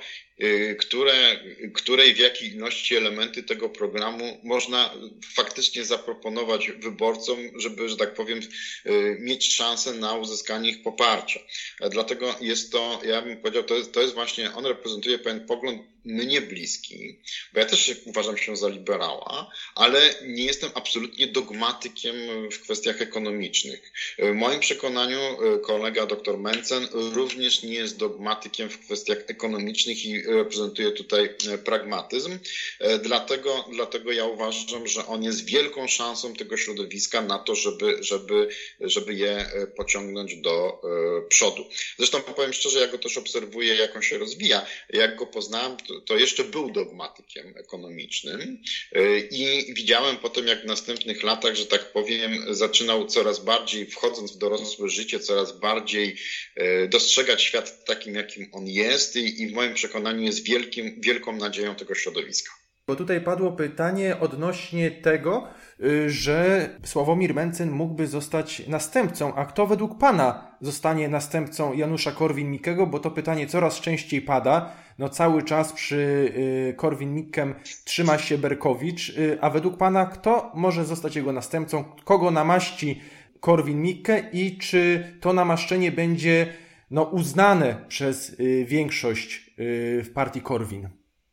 które, której w jakiej ilości elementy tego programu można faktycznie zaproponować wyborcom, żeby, że tak powiem, mieć szansę na uzyskanie ich poparcia. Dlatego jest to, ja bym powiedział, to jest, to jest właśnie, on reprezentuje pewien pogląd mnie bliski, bo ja też uważam się za liberała, ale nie jestem absolutnie dogmatykiem w kwestiach ekonomicznych. W moim przekonaniu kolega dr Mentzen również nie jest dogmatykiem w kwestiach ekonomicznych i reprezentuje tutaj pragmatyzm. Dlatego, dlatego ja uważam, że on jest wielką szansą tego środowiska na to, żeby, żeby, żeby je pociągnąć do przodu. Zresztą powiem szczerze, ja go też obserwuję, jak on się rozwija. Jak go poznałem, to, to jeszcze był dogmatykiem ekonomicznym i widziałem potem, jak w następnych latach, że tak powiem, zaczynał coraz bardziej, wchodząc w dorosłe życie, coraz bardziej dostrzegać świat takim, jakim on jest i, i w moim przekonaniu jest wielkim, wielką nadzieją tego środowiska. Bo tutaj padło pytanie odnośnie tego, że Sławomir Mencen mógłby zostać następcą, a kto według Pana zostanie następcą Janusza Korwin-Mikkego, bo to pytanie coraz częściej pada. No cały czas przy Korwin-Mikkem trzyma się Berkowicz, a według Pana kto może zostać jego następcą? Kogo namaści Korwin-Mikke i czy to namaszczenie będzie no, uznane przez większość w partii Korwin?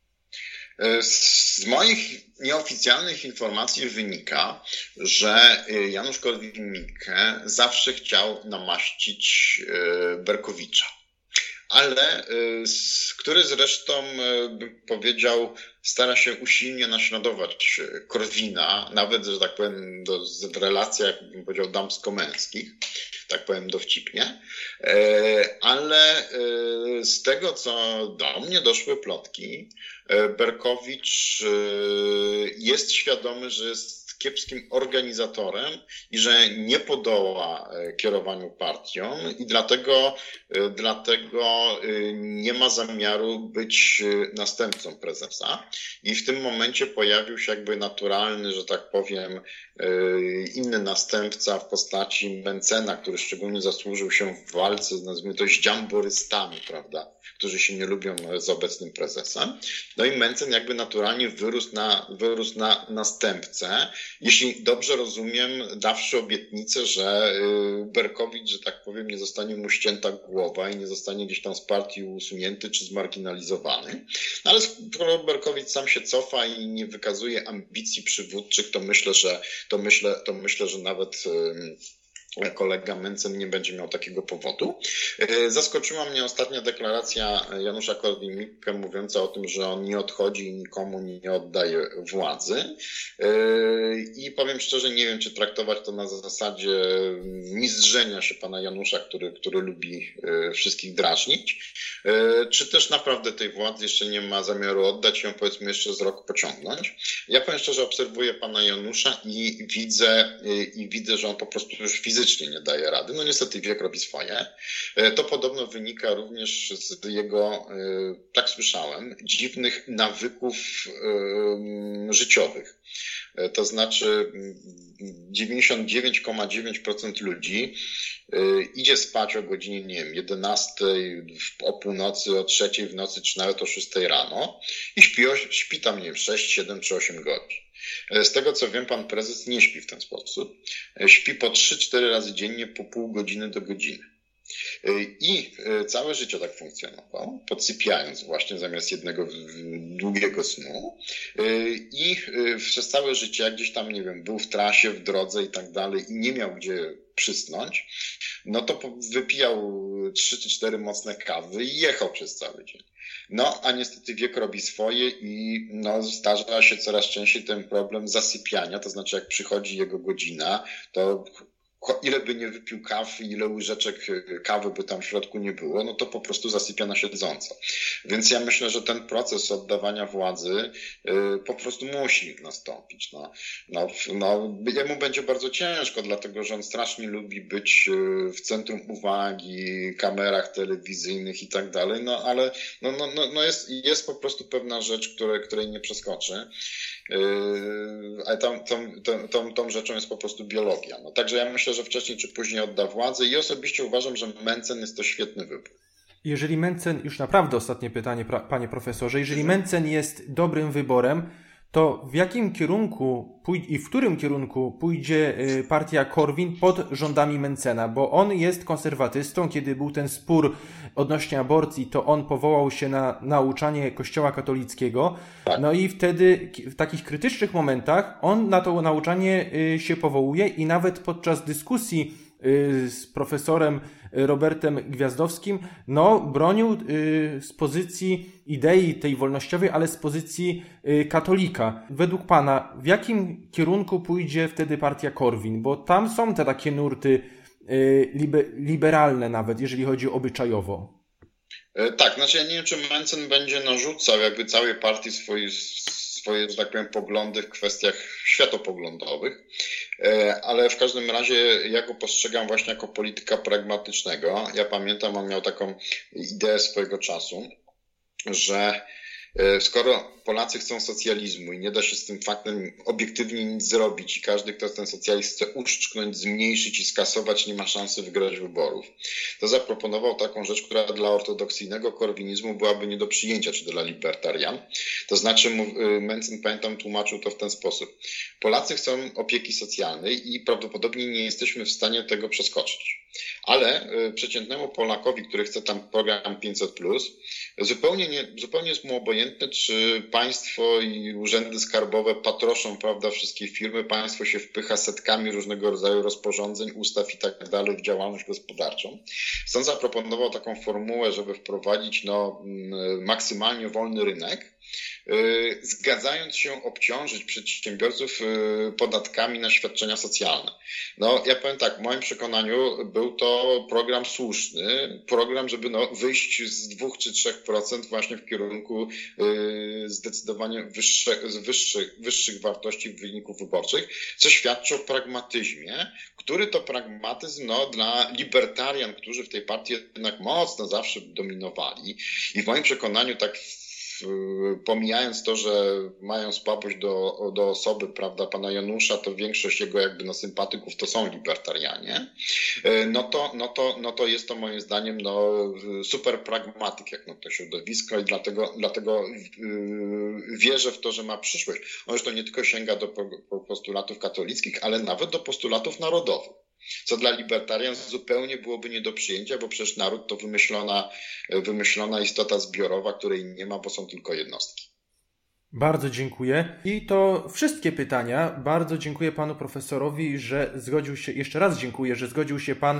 Z moich nieoficjalnych informacji wynika, że Janusz Korwin-Mikke zawsze chciał namaścić Berkowicza, ale który zresztą, bym powiedział, stara się usilnie naśladować Korwina, nawet, że tak powiem, do, w relacjach, bym powiedział, damsko-męskich, tak powiem dowcipnie, ale z tego, co do mnie doszły plotki, Berkowicz jest świadomy, że jest kiepskim organizatorem i że nie podoła kierowaniu partią i dlatego, dlatego nie ma zamiaru być następcą prezesa. I w tym momencie pojawił się jakby naturalny, że tak powiem, inny następca w postaci Mencena, który szczególnie zasłużył się w walce, nazwijmy to, z dziamborystami, prawda, którzy się nie lubią z obecnym prezesem. No i Mencen jakby naturalnie wyrósł na, wyrósł na następcę. Jeśli dobrze rozumiem, dawszy obietnicę, że Berkowicz, że tak powiem, nie zostanie mu ścięta głowa i nie zostanie gdzieś tam z partii usunięty czy zmarginalizowany. No ale skoro Berkowicz sam się cofa i nie wykazuje ambicji przywódczych, to myślę, że to myślę, to myślę, że nawet kolega Mencen nie będzie miał takiego powodu. Zaskoczyła mnie ostatnia deklaracja Janusza Korwin-Mikke mówiąca o tym, że on nie odchodzi i nikomu nie oddaje władzy. I powiem szczerze, nie wiem, czy traktować to na zasadzie mizdrzenia się pana Janusza, który, który lubi wszystkich drażnić, czy też naprawdę tej władzy jeszcze nie ma zamiaru oddać i ją, powiedzmy, jeszcze z rok pociągnąć. Ja powiem szczerze, obserwuję pana Janusza i widzę, i widzę, że on po prostu już fizycznie nie daje rady. No niestety wiek robi swoje. To podobno wynika również z jego, tak słyszałem, dziwnych nawyków życiowych. To znaczy dziewięćdziesiąt dziewięć przecinek dziewięć procent ludzi idzie spać o godzinie, nie wiem, jedenastej, o północy, o trzeciej w nocy, czy nawet o szóstej rano i śpi, śpi tam, nie wiem, sześć, siedem czy osiem godzin. Z tego, co wiem, pan prezes nie śpi w ten sposób. Śpi po trzy cztery razy dziennie, po pół godziny do godziny. I całe życie tak funkcjonował, podsypiając właśnie zamiast jednego długiego snu. I przez całe życie, jak gdzieś tam, nie wiem, był w trasie, w drodze i tak dalej i nie miał gdzie przysnąć, no to wypijał trzy czy cztery mocne kawy i jechał przez cały dzień. No, a niestety wiek robi swoje i no, zdarza się coraz częściej ten problem zasypiania, to znaczy jak przychodzi jego godzina, to ile by nie wypił kawy, ile łyżeczek kawy by tam w środku nie było, no to po prostu zasypia na siedząco. Więc ja myślę, że ten proces oddawania władzy po prostu musi nastąpić. No, no, no, jemu będzie bardzo ciężko, dlatego że on strasznie lubi być w centrum uwagi, kamerach telewizyjnych i tak dalej, no ale no, no, no, no jest, jest po prostu pewna rzecz, której, której nie przeskoczy. Ale tą, tą, tą, tą, tą rzeczą jest po prostu biologia. No, także ja myślę, że wcześniej czy później odda władzę i osobiście uważam, że Mencen jest to świetny wybór. Jeżeli Mencen, już naprawdę ostatnie pytanie, panie profesorze, jeżeli Mencen jest dobrym wyborem, to w jakim kierunku i w którym kierunku pójdzie partia Korwin pod rządami Mencena? Bo on jest konserwatystą. Kiedy był ten spór odnośnie aborcji, to on powołał się na nauczanie Kościoła katolickiego. No i wtedy w takich krytycznych momentach on na to nauczanie się powołuje i nawet podczas dyskusji z profesorem Robertem Gwiazdowskim, no, bronił z pozycji idei tej wolnościowej, ale z pozycji katolika. Według pana, w jakim kierunku pójdzie wtedy partia Korwin? Bo tam są te takie nurty liberalne nawet, jeżeli chodzi obyczajowo. Tak, znaczy ja nie wiem, czy Mencen będzie narzucał jakby całej partii swoje, swoje, że tak powiem, poglądy w kwestiach światopoglądowych, ale w każdym razie ja go postrzegam właśnie jako polityka pragmatycznego. Ja pamiętam, on miał taką ideę swojego czasu, że skoro Polacy chcą socjalizmu i nie da się z tym faktem obiektywnie nic zrobić i każdy, kto ten socjalizm chce uszczknąć, zmniejszyć i skasować, nie ma szansy wygrać wyborów, to zaproponował taką rzecz, która dla ortodoksyjnego korwinizmu byłaby nie do przyjęcia, czy dla libertarian. To znaczy, Mencen, pamiętam, tłumaczył to w ten sposób. Polacy chcą opieki socjalnej i prawdopodobnie nie jesteśmy w stanie tego przeskoczyć. Ale przeciętnemu Polakowi, który chce tam program pięćset plus, zupełnie, nie, zupełnie jest mu obojętne, czy państwo i urzędy skarbowe patroszą, prawda, wszystkie firmy, państwo się wpycha setkami różnego rodzaju rozporządzeń, ustaw i tak dalej w działalność gospodarczą. Stąd zaproponował taką formułę, żeby wprowadzić no, maksymalnie wolny rynek, zgadzając się obciążyć przedsiębiorców podatkami na świadczenia socjalne. No, ja powiem tak, w moim przekonaniu był to program słuszny, program, żeby no, wyjść z dwóch czy trzech procent właśnie w kierunku zdecydowanie wyższe, wyższych, wyższych wartości wyników wyborczych, co świadczy o pragmatyzmie, który to pragmatyzm no, dla libertarian, którzy w tej partii jednak mocno zawsze dominowali i w moim przekonaniu tak pomijając to, że mają słabość do, do osoby, prawda, pana Janusza, to większość jego jakby no, sympatyków to są libertarianie, no to, no to, no to jest to moim zdaniem no, super pragmatyk jak no to środowisko i dlatego, dlatego wierzę w to, że ma przyszłość. On zresztą nie tylko sięga do postulatów katolickich, ale nawet do postulatów narodowych. Co dla libertarian zupełnie byłoby nie do przyjęcia, bo przecież naród to wymyślona, wymyślona istota zbiorowa, której nie ma, bo są tylko jednostki. Bardzo dziękuję. I to wszystkie pytania. Bardzo dziękuję panu profesorowi, że zgodził się, jeszcze raz dziękuję, że zgodził się pan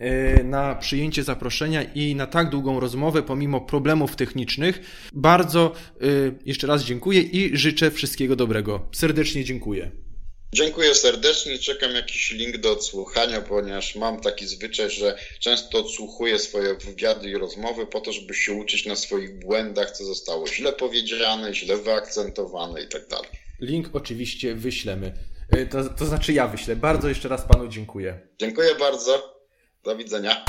na przyjęcie zaproszenia i na tak długą rozmowę pomimo problemów technicznych. Bardzo jeszcze raz dziękuję i życzę wszystkiego dobrego. Serdecznie dziękuję. Dziękuję serdecznie, czekam jakiś link do odsłuchania, ponieważ mam taki zwyczaj, że często odsłuchuję swoje wywiady i rozmowy po to, żeby się uczyć na swoich błędach, co zostało źle powiedziane, źle wyakcentowane i tak dalej. Link oczywiście wyślemy, to, to znaczy ja wyślę. Bardzo jeszcze raz panu dziękuję. Dziękuję bardzo, do widzenia.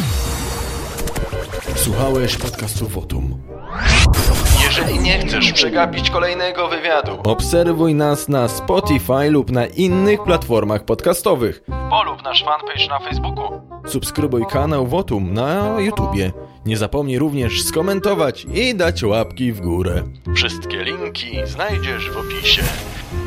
Słuchałeś podcastu Votum. Jeżeli nie chcesz przegapić kolejnego wywiadu, obserwuj nas na Spotify lub na innych platformach podcastowych. polub nasz fanpage na Facebooku. Subskrybuj kanał Votum na YouTubie. Nie zapomnij również skomentować i dać łapki w górę. Wszystkie linki znajdziesz w opisie.